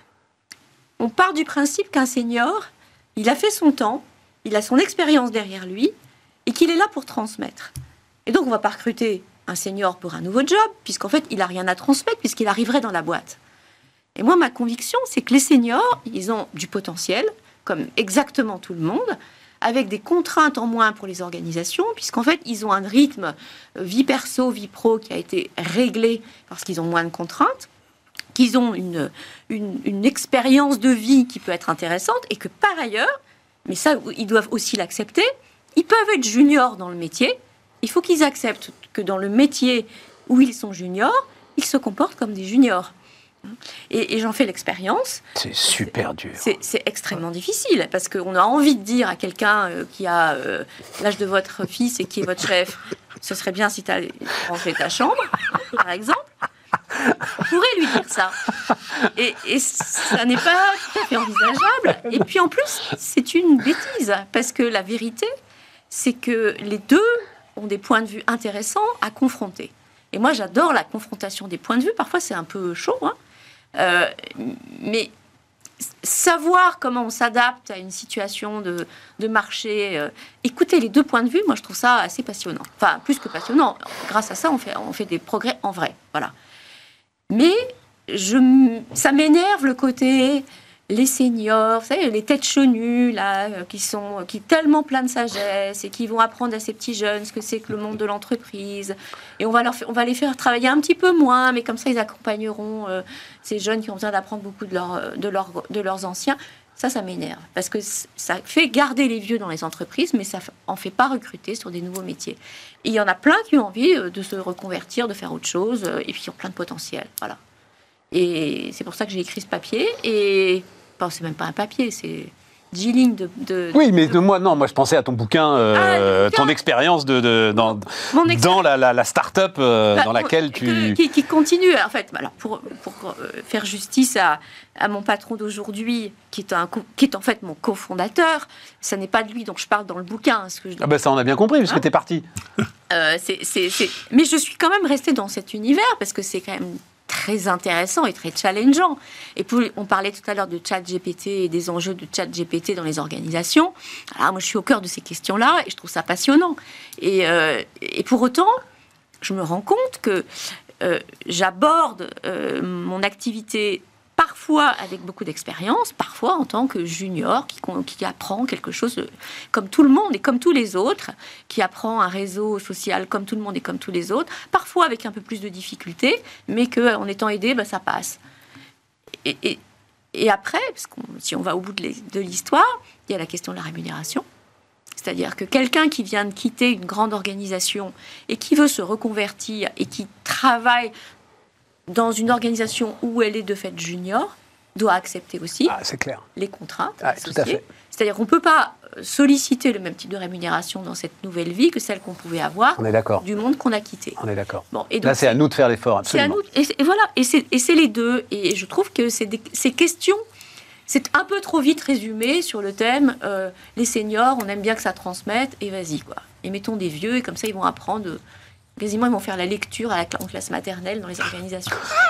on part du principe qu'un senior, il a fait son temps, il a son expérience derrière lui, et qu'il est là pour transmettre. Et donc, on ne va pas recruter un senior pour un nouveau job, puisqu'en fait, il n'a rien à transmettre, puisqu'il arriverait dans la boîte. Et moi, ma conviction, c'est que les seniors, ils ont du potentiel, comme exactement tout le monde, avec des contraintes en moins pour les organisations, puisqu'en fait, ils ont un rythme vie perso, vie pro qui a été réglé parce qu'ils ont moins de contraintes, qu'ils ont une expérience de vie qui peut être intéressante, et que par ailleurs, mais ça, ils doivent aussi l'accepter, ils peuvent être juniors dans le métier, il faut qu'ils acceptent que dans le métier où ils sont juniors, ils se comportent comme des juniors. Et j'en fais l'expérience. C'est super dur. C'est extrêmement difficile, parce qu'on a envie de dire à quelqu'un qui a l'âge de votre fils et qui est votre chef, ce serait bien si tu allais ranger ta chambre, par exemple. On pourrait lui dire ça. Et ça n'est pas tout à fait envisageable. Et puis en plus, c'est une bêtise. Parce que la vérité, c'est que les deux ont des points de vue intéressants à confronter. Et moi, j'adore la confrontation des points de vue. Parfois, c'est un peu chaud. Hein. Mais savoir comment on s'adapte à une situation de marché, écouter les deux points de vue, moi, je trouve ça assez passionnant. Enfin, plus que passionnant. Grâce à ça, on fait des progrès en vrai. Voilà. Mais ça m'énerve le côté les seniors, vous savez, les têtes chenues là, qui tellement plein de sagesse et qui vont apprendre à ces petits jeunes ce que c'est que le monde de l'entreprise. Et on va les faire travailler un petit peu moins, mais comme ça ils accompagneront ces jeunes qui ont besoin d'apprendre beaucoup de leurs anciens. Ça m'énerve, parce que ça fait garder les vieux dans les entreprises, mais ça en fait pas recruter sur des nouveaux métiers. Et il y en a plein qui ont envie de se reconvertir, de faire autre chose, et puis qui ont plein de potentiel. Voilà. Et c'est pour ça que j'ai écrit ce papier. Et bon, c'est même pas un papier, c'est G-Link Oui, mais moi je pensais à ton bouquin, ton expérience dans la start-up dans laquelle tu... Qui continue, en fait. Alors pour faire justice à mon patron d'aujourd'hui, qui est en fait mon cofondateur, ça n'est pas de lui dont je parle dans le bouquin. Ce que je dis. Ah ben ça on a bien compris, parce que t'es parti. Mais je suis quand même restée dans cet univers, parce que c'est quand même très intéressant et très challengeant. Et puis, on parlait tout à l'heure de ChatGPT et des enjeux de ChatGPT dans les organisations. Alors, moi, je suis au cœur de ces questions-là et je trouve ça passionnant. Et pour autant, je me rends compte que j'aborde mon activité parfois avec beaucoup d'expérience, parfois en tant que junior qui apprend quelque chose comme tout le monde et comme tous les autres, qui apprend un réseau social comme tout le monde et comme tous les autres, parfois avec un peu plus de difficultés, mais qu'en étant aidé, ça passe. Et après, parce que si on va au bout de l'histoire, il y a la question de la rémunération. C'est-à-dire que quelqu'un qui vient de quitter une grande organisation et qui veut se reconvertir et qui travaille dans une organisation où elle est de fait junior, doit accepter aussi c'est clair. Les contraintes associées. Tout à fait. C'est-à-dire qu'on ne peut pas solliciter le même type de rémunération dans cette nouvelle vie que celle qu'on pouvait avoir du monde qu'on a quitté. On est d'accord. Bon, et donc là, c'est à nous de faire l'effort, absolument. C'est à nous, et voilà, et c'est les deux. Et je trouve que ces questions, c'est un peu trop vite résumé sur le thème les seniors, on aime bien que ça transmette, et vas-y, quoi. Et mettons des vieux, et comme ça, ils vont apprendre... Quasiment, ils vont faire la lecture en classe maternelle dans les organisations.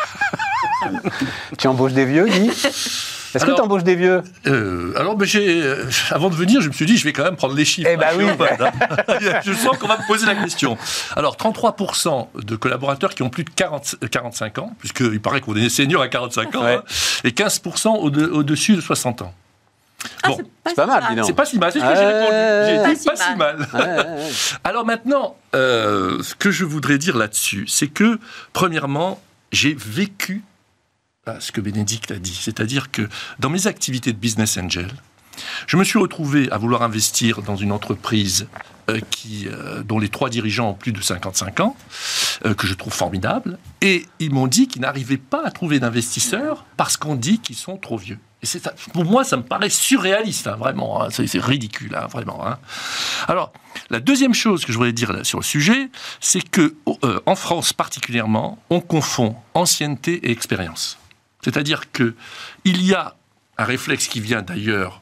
Tu embauches des vieux, Guy ? Est-ce que tu embauches des vieux ? Alors, avant de venir, je me suis dit, je vais quand même prendre les chiffres. Oui. Je sens qu'on va me poser la question. Alors, 33% de collaborateurs qui ont plus de 45 ans, puisqu'il paraît qu'on est seniors à 45 ans, et 15% au-dessus de 60 ans. Bon, c'est pas mal, dis donc. C'est pas si mal, c'est ce que j'ai répondu. J'ai dit pas si mal. Alors maintenant, ce que je voudrais dire là-dessus, c'est que, premièrement, j'ai vécu ce que Bénédicte a dit. C'est-à-dire que dans mes activités de business angel, je me suis retrouvé à vouloir investir dans une entreprise dont les 3 dirigeants ont plus de 55 ans, que je trouve formidable, et ils m'ont dit qu'ils n'arrivaient pas à trouver d'investisseurs parce qu'on dit qu'ils sont trop vieux. Et pour moi, ça me paraît surréaliste, vraiment. C'est ridicule, vraiment. Alors, la deuxième chose que je voudrais dire sur le sujet, c'est que en France particulièrement, on confond ancienneté et expérience. C'est-à-dire qu'il y a un réflexe qui vient d'ailleurs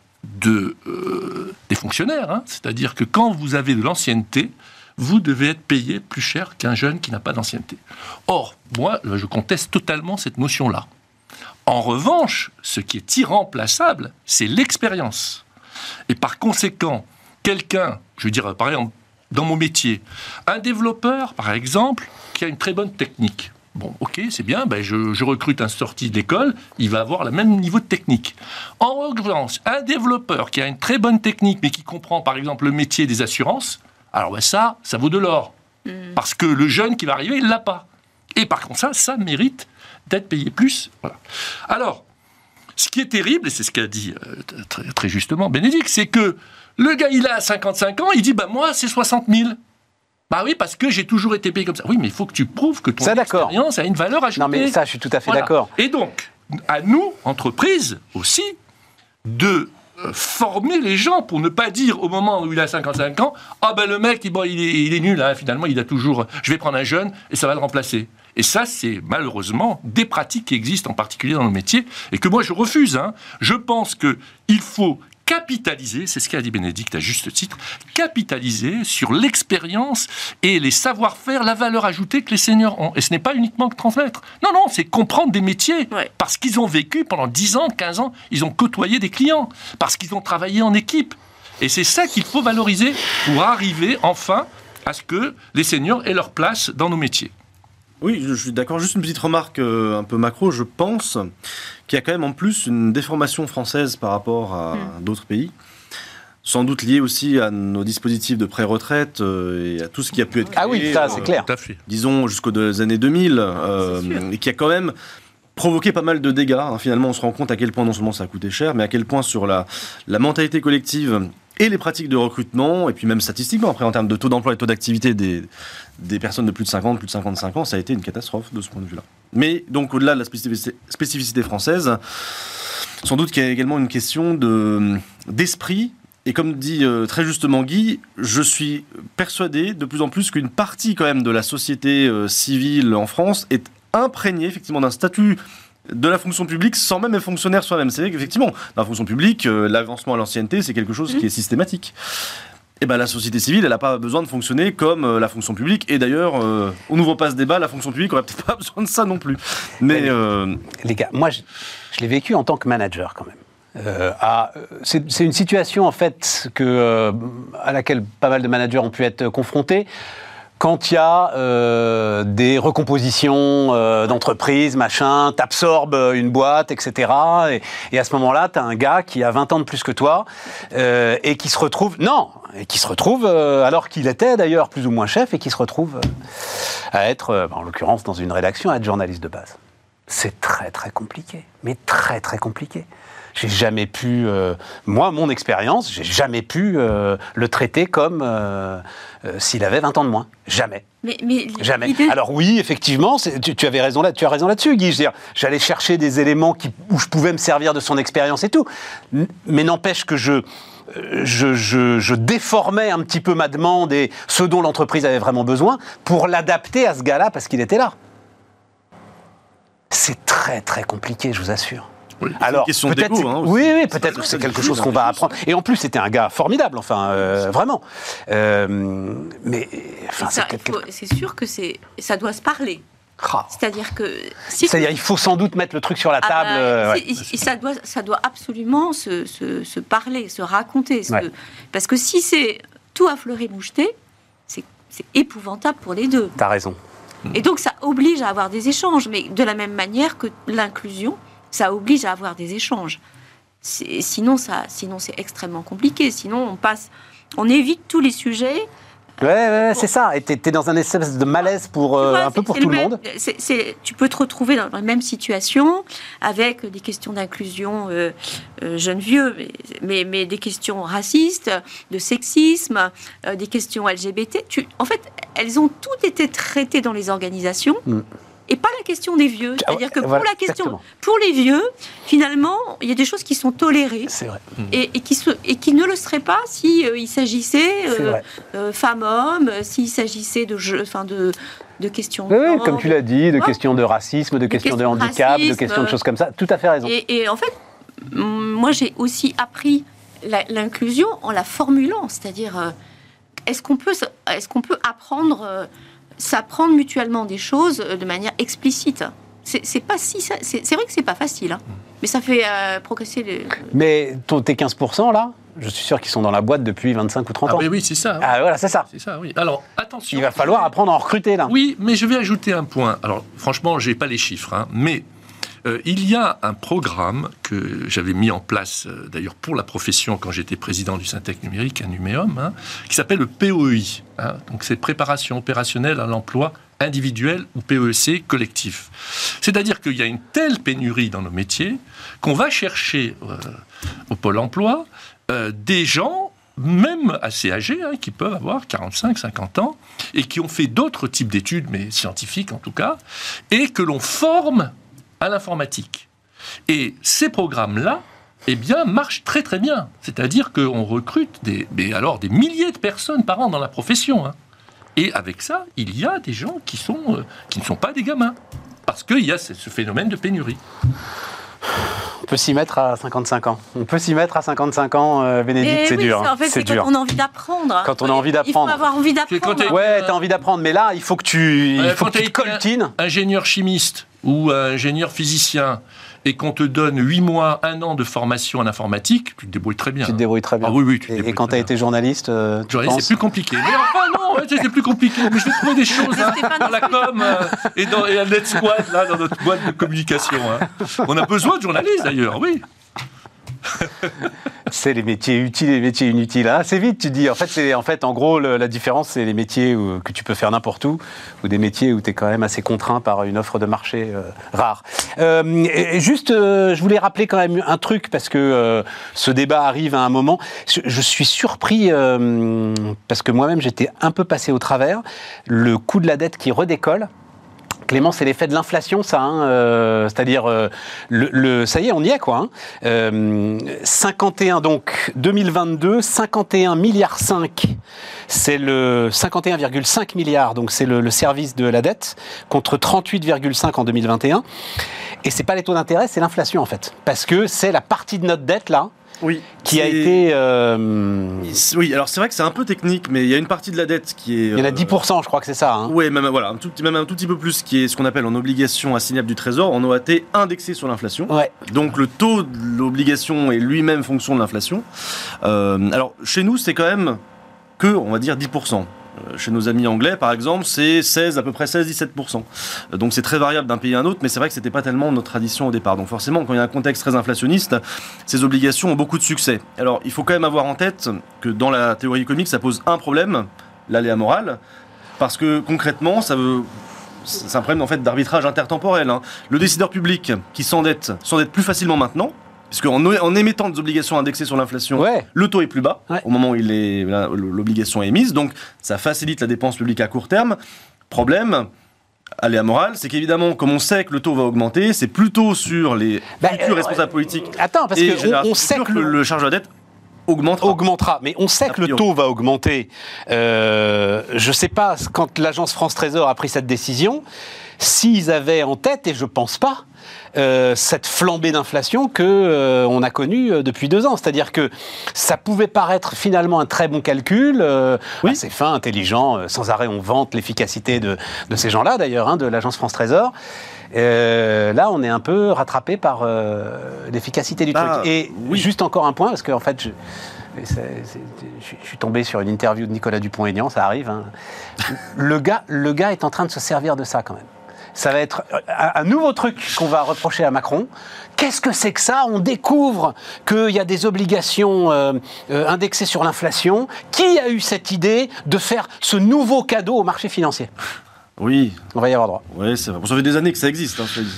des fonctionnaires. C'est-à-dire que quand vous avez de l'ancienneté, vous devez être payé plus cher qu'un jeune qui n'a pas d'ancienneté. Or, moi, je conteste totalement cette notion-là. En revanche, ce qui est irremplaçable, c'est l'expérience. Et par conséquent, quelqu'un, je veux dire, par exemple, dans mon métier, un développeur, par exemple, qui a une très bonne technique. Bon, ok, c'est bien, je recrute un sorti d'école, il va avoir le même niveau de technique. En revanche, un développeur qui a une très bonne technique, mais qui comprend, par exemple, le métier des assurances, alors ça vaut de l'or. Parce que le jeune qui va arriver, il ne l'a pas. Et par contre, ça mérite d'être payé plus. Voilà. Alors, ce qui est terrible, et c'est ce qu'a dit très, très justement Bénédicte, c'est que le gars, il a 55 ans, il dit, moi, c'est 60 000. Oui, parce que j'ai toujours été payé comme ça. Oui, mais il faut que tu prouves que ton expérience a une valeur ajoutée. Non, mais ça, je suis tout à fait d'accord. Et donc, à nous, entreprises, aussi, de former les gens pour ne pas dire au moment où il a 55 ans, le mec, il est nul, finalement, je vais prendre un jeune et ça va le remplacer. Et ça, c'est malheureusement des pratiques qui existent en particulier dans nos métiers et que moi, je refuse. Je pense qu'il faut capitaliser, c'est ce qu'a dit Bénédicte à juste titre, capitaliser sur l'expérience et les savoir-faire, la valeur ajoutée que les seniors ont. Et ce n'est pas uniquement que transmettre. Non, c'est comprendre des métiers. Ouais. Parce qu'ils ont vécu pendant 10 ans, 15 ans, ils ont côtoyé des clients. Parce qu'ils ont travaillé en équipe. Et c'est ça qu'il faut valoriser pour arriver enfin à ce que les seniors aient leur place dans nos métiers. Oui, je suis d'accord. Juste une petite remarque un peu macro. Je pense qu'il y a quand même en plus une déformation française par rapport à d'autres pays. Sans doute liée aussi à nos dispositifs de pré-retraite et à tout ce qui a pu être créé. Ah oui, ça c'est clair. Disons jusqu'aux années 2000, et qui a quand même provoqué pas mal de dégâts. Finalement, on se rend compte à quel point non seulement ça a coûté cher, mais à quel point sur la mentalité collective et les pratiques de recrutement, et puis même statistiquement, après en termes de taux d'emploi et taux d'activité des personnes de plus de 50, plus de 55 ans, ça a été une catastrophe de ce point de vue-là. Mais donc au-delà de la spécificité française, Sans doute qu'il y a également une question d'esprit. Et comme dit très justement Guy, je suis persuadé de plus en plus qu'une partie quand même de la société civile en France est imprégnée effectivement d'un statut de la fonction publique sans même être fonctionnaire soi-même. C'est vrai qu'effectivement, dans la fonction publique, l'avancement à l'ancienneté, c'est quelque chose qui est systématique. Et ben la société civile, elle n'a pas besoin de fonctionner comme la fonction publique. Et d'ailleurs, on n'ouvre pas ce débat, la fonction publique n'aurait peut-être pas besoin de ça non plus. Mais les gars, moi, je l'ai vécu en tant que manager quand même. C'est une situation en fait à laquelle pas mal de managers ont pu être confrontés quand il y a des recompositions d'entreprises, machin, t'absorbes une boîte, etc. Et à ce moment-là, t'as un gars qui a 20 ans de plus que toi et qui se retrouve... Non, et qui se retrouve, alors qu'il était d'ailleurs plus ou moins chef, et qui se retrouve à être, en l'occurrence dans une rédaction, à être journaliste de base. C'est très très compliqué, mais très très compliqué. J'ai jamais pu, moi, mon expérience, j'ai jamais pu le traiter comme s'il avait 20 ans de moins. Jamais. Mais jamais. Alors oui, effectivement, tu avais raison tu as raison là-dessus, Guy. J'allais chercher des éléments où je pouvais me servir de son expérience et tout. Mais n'empêche que je déformais un petit peu ma demande et ce dont l'entreprise avait vraiment besoin pour l'adapter à ce gars-là parce qu'il était là. C'est très très compliqué, je vous assure. Oui, alors, peut-être, oui, peut-être que c'est quelque chose qu'on va apprendre. Et en plus, c'était un gars formidable, enfin, vraiment. Mais enfin, c'est sûr que ça doit se parler. C'est-à-dire que... il faut sans doute mettre le truc sur la table. Ça doit absolument se parler, se raconter. Parce que si c'est tout à fleurer moucheté, c'est épouvantable pour les deux. T'as raison. Et donc, ça oblige à avoir des échanges. Mais de la même manière que l'inclusion, ça oblige à avoir des échanges. Sinon, c'est extrêmement compliqué. Sinon, on évite tous les sujets. Ouais, c'est ça. Et t'es dans un espèce de malaise un peu pour tout le monde. Tu peux te retrouver dans la même situation avec des questions d'inclusion jeunes-vieux, mais des questions racistes, de sexisme, des questions LGBT. En fait, elles ont toutes été traitées dans les organisations. Et pas la question des vieux. C'est-à-dire que pour les vieux, finalement, il y a des choses qui sont tolérées. C'est vrai. Et qui ne le seraient pas si il s'agissait femmes-hommes, s'il s'agissait de questions de genre, comme tu l'as dit, de questions de racisme, de questions de handicap, de questions de choses comme ça. Tout à fait raison. Et en fait, moi, j'ai aussi appris l'inclusion en la formulant. C'est-à-dire, est-ce qu'on peut apprendre... s'apprendre mutuellement des choses de manière explicite. C'est vrai que c'est pas facile, hein, mais ça fait progresser. Mais tes 15% là, je suis sûr qu'ils sont dans la boîte depuis 25 ou 30 ans. Oui, c'est ça. Ah voilà, c'est ça. C'est ça, oui. Alors attention. Il va falloir apprendre à en recruter là. Oui, mais je vais ajouter un point. Alors franchement, j'ai pas les chiffres, hein, mais il y a un programme que j'avais mis en place, d'ailleurs pour la profession quand j'étais président du Syntec numérique, un Numéum, qui s'appelle le POEI. Donc c'est préparation opérationnelle à l'emploi individuel ou PEC collectif. C'est-à-dire qu'il y a une telle pénurie dans nos métiers qu'on va chercher au Pôle emploi des gens, même assez âgés, qui peuvent avoir 45, 50 ans, et qui ont fait d'autres types d'études, mais scientifiques en tout cas, et que l'on forme à l'informatique. Et ces programmes-là, marchent très très bien. C'est-à-dire qu'on recrute des milliers de personnes par an dans la profession. Et avec ça, il y a des gens qui ne sont pas des gamins. Parce qu'il y a ce phénomène de pénurie. On peut s'y mettre à 55 ans. Bénédicte, c'est dur. En fait, c'est quand on a envie d'apprendre. Quand on a envie d'apprendre. Il faut avoir envie d'apprendre. Ouais, t'as envie d'apprendre, mais là, il faut que tu coltines. Ingénieur chimiste ou ingénieur physicien, et qu'on te donne 8 mois, 1 an de formation en informatique, tu te débrouilles très bien. Tu te débrouilles très bien. Ah oui, et quand tu as été journaliste, c'est plus compliqué. Mais enfin, non, c'est plus compliqué. Mais je vais trouver des choses dans la com et à Let's Squad, là, dans notre boîte de communication. On a besoin de journalistes, d'ailleurs, oui. C'est les métiers utiles et les métiers inutiles. Assez vite, tu dis. En gros, la différence, c'est les métiers que tu peux faire n'importe où, ou des métiers où tu es quand même assez contraint par une offre de marché rare. Je voulais rappeler quand même un truc, parce que ce débat arrive à un moment. Je suis surpris, parce que moi-même, j'étais un peu passé au travers. Le coût de la dette qui redécolle. Clément, c'est l'effet de l'inflation, ça. C'est-à-dire, ça y est, on y est, quoi. 51, donc 2022, 51,5 milliards. C'est le 51,5 milliards, donc c'est le service de la dette, contre 38,5 en 2021. Et c'est pas les taux d'intérêt, c'est l'inflation, en fait. Parce que c'est la partie de notre dette, là, qui a été... Oui, alors c'est vrai que c'est un peu technique, mais il y a une partie de la dette qui est... Il y en a 10%, je crois que c'est ça. Oui, même un tout petit peu plus, qui est ce qu'on appelle en obligation assignable du Trésor, en OAT, indexé sur l'inflation. Ouais. Donc le taux de l'obligation est lui-même fonction de l'inflation. Alors chez nous, c'est quand même que, on va dire, 10%. Chez nos amis anglais, par exemple, c'est à peu près 16-17%. Donc c'est très variable d'un pays à un autre, mais c'est vrai que c'était pas tellement notre tradition au départ. Donc forcément, quand il y a un contexte très inflationniste, ces obligations ont beaucoup de succès. Alors il faut quand même avoir en tête que dans la théorie économique, ça pose un problème, l'aléa moral, parce que concrètement, c'est un problème en fait d'arbitrage intertemporel. Le décideur public qui s'endette plus facilement maintenant, puisque en émettant des obligations indexées sur l'inflation, le taux est plus bas au moment où l'obligation est émise, donc ça facilite la dépense publique à court terme. Problème, aléa moral, c'est qu'évidemment, comme on sait que le taux va augmenter, c'est plutôt sur les futurs responsables politiques. Attends, parce qu'on sait que le charge de la dette augmentera. Mais on sait que le taux va augmenter. Je ne sais pas, quand l'agence France Trésor a pris cette décision, s'ils avaient en tête, et je ne pense pas, cette flambée d'inflation qu'on a connue depuis 2 ans. C'est-à-dire que ça pouvait paraître finalement un très bon calcul, assez fin, intelligent, sans arrêt on vante l'efficacité de ces gens-là d'ailleurs, de l'agence France Trésor. Là, on est un peu rattrapé par l'efficacité du truc. Et juste encore un point, parce qu'en fait, je suis tombé sur une interview de Nicolas Dupont-Aignan, ça arrive. Le gars est en train de se servir de ça quand même. Ça va être un nouveau truc qu'on va reprocher à Macron. Qu'est-ce que c'est que ça ? On découvre qu'il y a des obligations indexées sur l'inflation. Qui a eu cette idée de faire ce nouveau cadeau au marché financier ? Oui. On va y avoir droit. Oui, c'est vrai. Bon, ça fait des années que ça existe.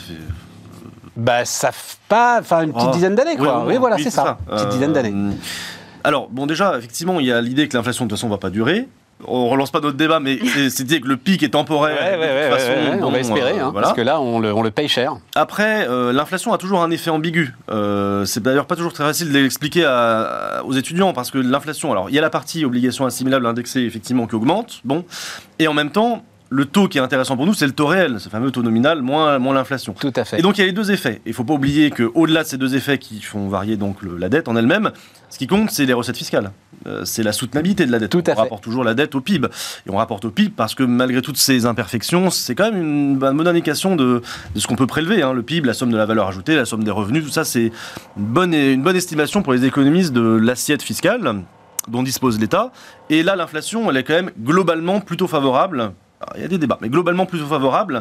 Ça fait pas... Enfin, une petite dizaine d'années, quoi. Oui, voilà, c'est ça. Une petite dizaine d'années. Alors, bon, déjà, effectivement, il y a l'idée que l'inflation, de toute façon, ne va pas durer. On relance pas notre débat, mais c'était que le pic est temporaire. De toute façon, on va espérer, voilà. Parce que là, on le paye cher. Après, l'inflation a toujours un effet ambigu. C'est d'ailleurs pas toujours très facile de l'expliquer aux étudiants, parce que l'inflation, alors il y a la partie obligation assimilable indexée, effectivement, qui augmente, et en même temps, le taux qui est intéressant pour nous, c'est le taux réel, ce fameux taux nominal, moins l'inflation. Tout à fait. Et donc il y a les deux effets. Il ne faut pas oublier qu'au-delà de ces deux effets qui font varier donc la dette en elle-même, ce qui compte, c'est les recettes fiscales. C'est la soutenabilité de la dette. Tout à fait. On rapporte toujours la dette au PIB. Et on rapporte au PIB parce que malgré toutes ces imperfections, c'est quand même une bonne indication de ce qu'on peut prélever. Le PIB, la somme de la valeur ajoutée, la somme des revenus, tout ça, c'est une bonne estimation pour les économistes de l'assiette fiscale dont dispose l'État. Et là, l'inflation, elle est quand même globalement plutôt favorable. Alors, il y a des débats, mais globalement plutôt favorable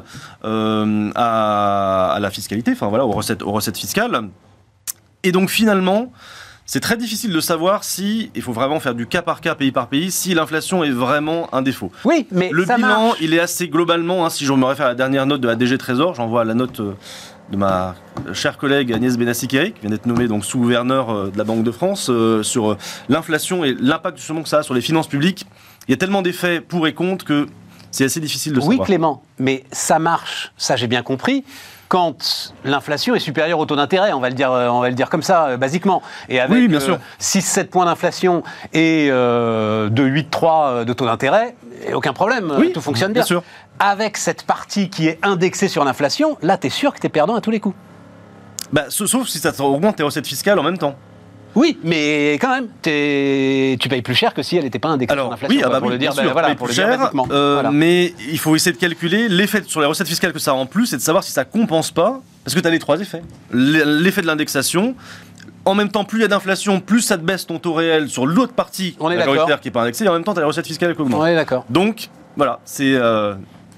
à la fiscalité, aux recettes fiscales. Et donc finalement, c'est très difficile de savoir si, il faut vraiment faire du cas par cas, pays par pays, si l'inflation est vraiment un défaut. Oui, mais le ça bilan, marche. il est assez globalement, si je me réfère à la dernière note de la DG Trésor, j'envoie la note de ma chère collègue Agnès Benassi-Kéry, qui vient d'être nommée donc sous-gouverneur de la Banque de France, sur l'inflation et l'impact justement que ça a sur les finances publiques. Il y a tellement d'effets pour et contre que c'est assez difficile de savoir. Oui, Clément, mais ça marche, ça j'ai bien compris, quand l'inflation est supérieure au taux d'intérêt, on va le dire comme ça, basiquement. Et avec 6-7 points d'inflation et de 8,3 de taux d'intérêt, aucun problème, tout fonctionne bien. Sûr. Avec cette partie qui est indexée sur l'inflation, là, tu es sûr que tu es perdant à tous les coups. Sauf si ça augmente tes recettes fiscales en même temps. Oui, mais quand même, tu payes plus cher que si elle n'était pas indexée sur l'inflation. Pour le dire basiquement. Mais il faut essayer de calculer l'effet sur les recettes fiscales que ça a en plus et de savoir si ça compense pas, parce que tu as les 3 effets. L'effet de l'indexation, en même temps, plus il y a d'inflation, plus ça te baisse ton taux réel sur l'autre partie majoritaire qui n'est pas indexée, et en même temps, tu as les recettes fiscales qui augmentent. On est d'accord. Donc, voilà, c'est un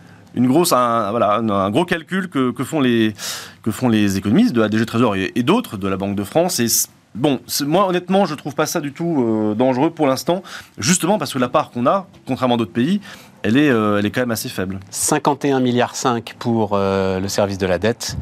gros calcul que font les économistes de la DG Trésor et d'autres de la Banque de France. Et bon, moi honnêtement, je trouve pas ça du tout dangereux pour l'instant, justement parce que la part qu'on a, contrairement à d'autres pays, elle est quand même assez faible. 51,5 milliards pour le service de la dette.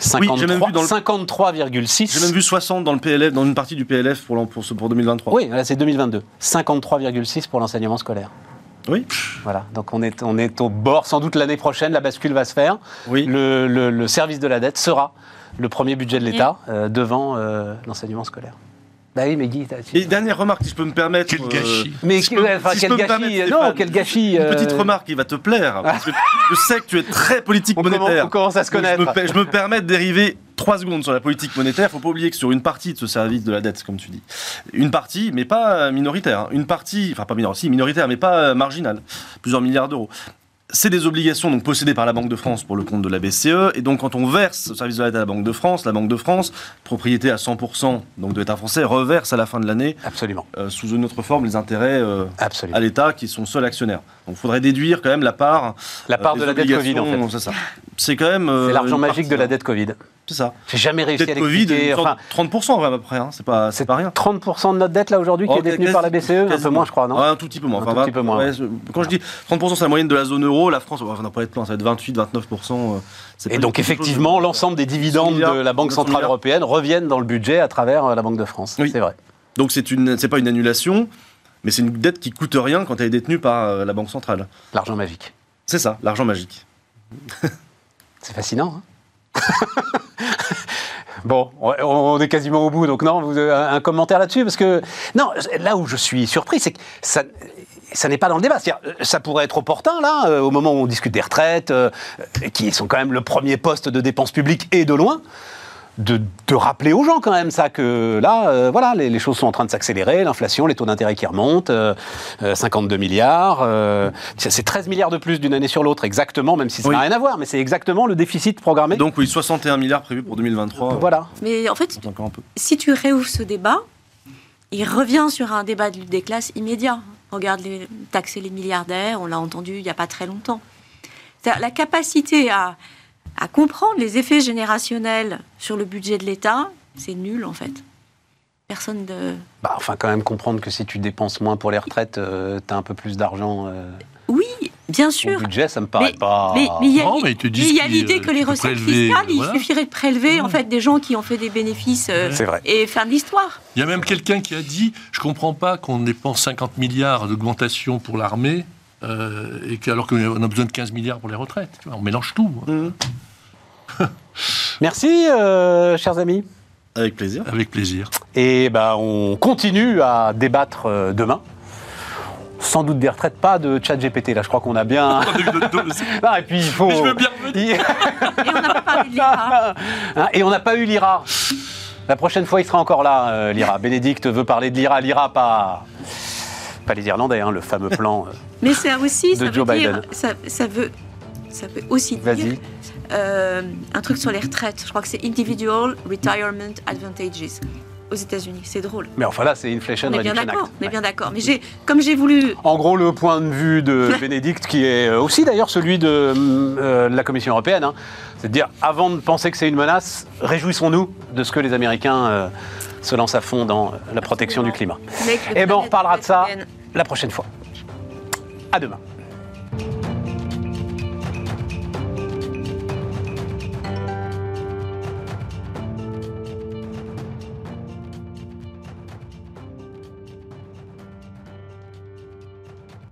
53,6. J'ai même vu 60 dans le PLF, dans une partie du PLF pour 2023. Oui, là c'est 2022. 53,6 pour l'enseignement scolaire. Oui. Voilà, donc on est au bord, sans doute l'année prochaine, la bascule va se faire. Oui. Le service de la dette sera le premier budget de l'État devant l'enseignement scolaire. Bah oui, mais Guy... Et dernière remarque, si je peux me permettre... Quel gâchis. Mais si quel je peux me gâchis. permettre, Non, Stéphane, quel gâchis. Une petite remarque qui va te plaire, parce que je sais que tu es très politique monétaire. On commence à se Donc, connaître. je me permets de dériver 3 secondes sur la politique monétaire. Il ne faut pas oublier que sur une partie de ce service de la dette, comme tu dis, une partie, mais pas minoritaire, une partie, enfin pas minoritaire, si, minoritaire, mais pas marginale, plusieurs milliards d'euros. C'est des obligations donc possédées par la Banque de France pour le compte de la BCE. Et donc, quand on verse au service de la dette à la Banque de France, propriété à 100% donc de l'État français, reverse à la fin de l'année, Absolument. Sous une autre forme, les intérêts Absolument. à l'État qui sont seuls actionnaires. Donc, il faudrait déduire quand même la part de la dette Covid, en fait. C'est ça. C'est quand même. C'est l'argent une magique partie, de la dette Covid. C'est ça. J'ai jamais réussi à Dette Covid, l'expliquer. Enfin, 30% à peu près, hein. C'est pas rien. 30% de notre dette là aujourd'hui qui est détenue par la BCE, un peu moins je crois, non? Un tout petit peu moins. Un tout petit peu moins. Ouais, quand je dis 30%, c'est la moyenne de la zone euro. La France, on n'a pas être plein, ça va être 28-29%. Et donc effectivement, l'ensemble des dividendes de la Banque Centrale Européenne reviennent dans le budget à travers la Banque de France. Oui. C'est vrai. Donc c'est pas une annulation, mais c'est une dette qui coûte rien quand elle est détenue par la Banque Centrale. L'argent magique. C'est ça, l'argent magique. C'est fascinant, hein. Bon, on est quasiment au bout, donc non, vous avez un commentaire là-dessus? Parce que, non, là où je suis surpris, c'est que ça n'est pas dans le débat. C'est-à-dire, ça pourrait être opportun, là, au moment où on discute des retraites, qui sont quand même le premier poste de dépenses publiques et de loin, de rappeler aux gens quand même ça, que là, voilà, les choses sont en train de s'accélérer, l'inflation, les taux d'intérêt qui remontent, 52 milliards, c'est 13 milliards de plus d'une année sur l'autre, exactement, même si ça n'a rien à voir, mais c'est exactement le déficit programmé. Donc oui, 61 milliards prévus pour 2023. Voilà. Mais en fait, encore un peu. si tu réouvres ce débat, il revient sur un débat des classes immédiat. Regarde taxer les milliardaires, on l'a entendu il n'y a pas très longtemps. C'est-à-dire la capacité à comprendre les effets générationnels sur le budget de l'État, c'est nul en fait. Personne de... Bah, enfin, quand même comprendre que si tu dépenses moins pour les retraites, tu as un peu plus d'argent. Oui, bien sûr. Au budget, ça me paraît pas... Mais il y a, Non, mais ils te disent il y a l'idée que les recettes fiscales, voilà. il suffirait de prélever en fait des gens qui ont fait des bénéfices C'est vrai. et faire de l'histoire. Il y a même quelqu'un qui a dit « Je ne comprends pas qu'on dépense 50 milliards d'augmentation pour l'armée, alors qu'on a besoin de 15 milliards pour les retraites. » On mélange tout. Merci, chers amis. Avec plaisir. Avec plaisir. Et ben, on continue à débattre demain. Sans doute des retraites, pas de ChatGPT. Là, je crois qu'on a bien... Ah, et puis, il faut... Mais je veux bien revenir. Et on n'a pas parlé de l'IRA. Et on n'a pas eu l'IRA. La prochaine fois, il sera encore là, l'IRA. Bénédicte veut parler de l'IRA. L'IRA, pas les Irlandais, hein, le fameux plan Mais ça aussi, de Joe Biden. Ça veut aussi dire Vas-y. un truc sur les retraites. Je crois que c'est Individual Retirement Advantages aux États-Unis. C'est drôle. Mais enfin là, c'est Inflation On est bien Reduction d'accord. Act. On est Ouais. bien d'accord. Mais comme j'ai voulu... En gros, le point de vue de Bénédicte, qui est aussi d'ailleurs celui de la Commission européenne, hein, c'est de dire, avant de penser que c'est une menace, réjouissons-nous de ce que les Américains se lancent à fond dans la protection du climat. Et ben, on reparlera de ça la prochaine fois. À demain.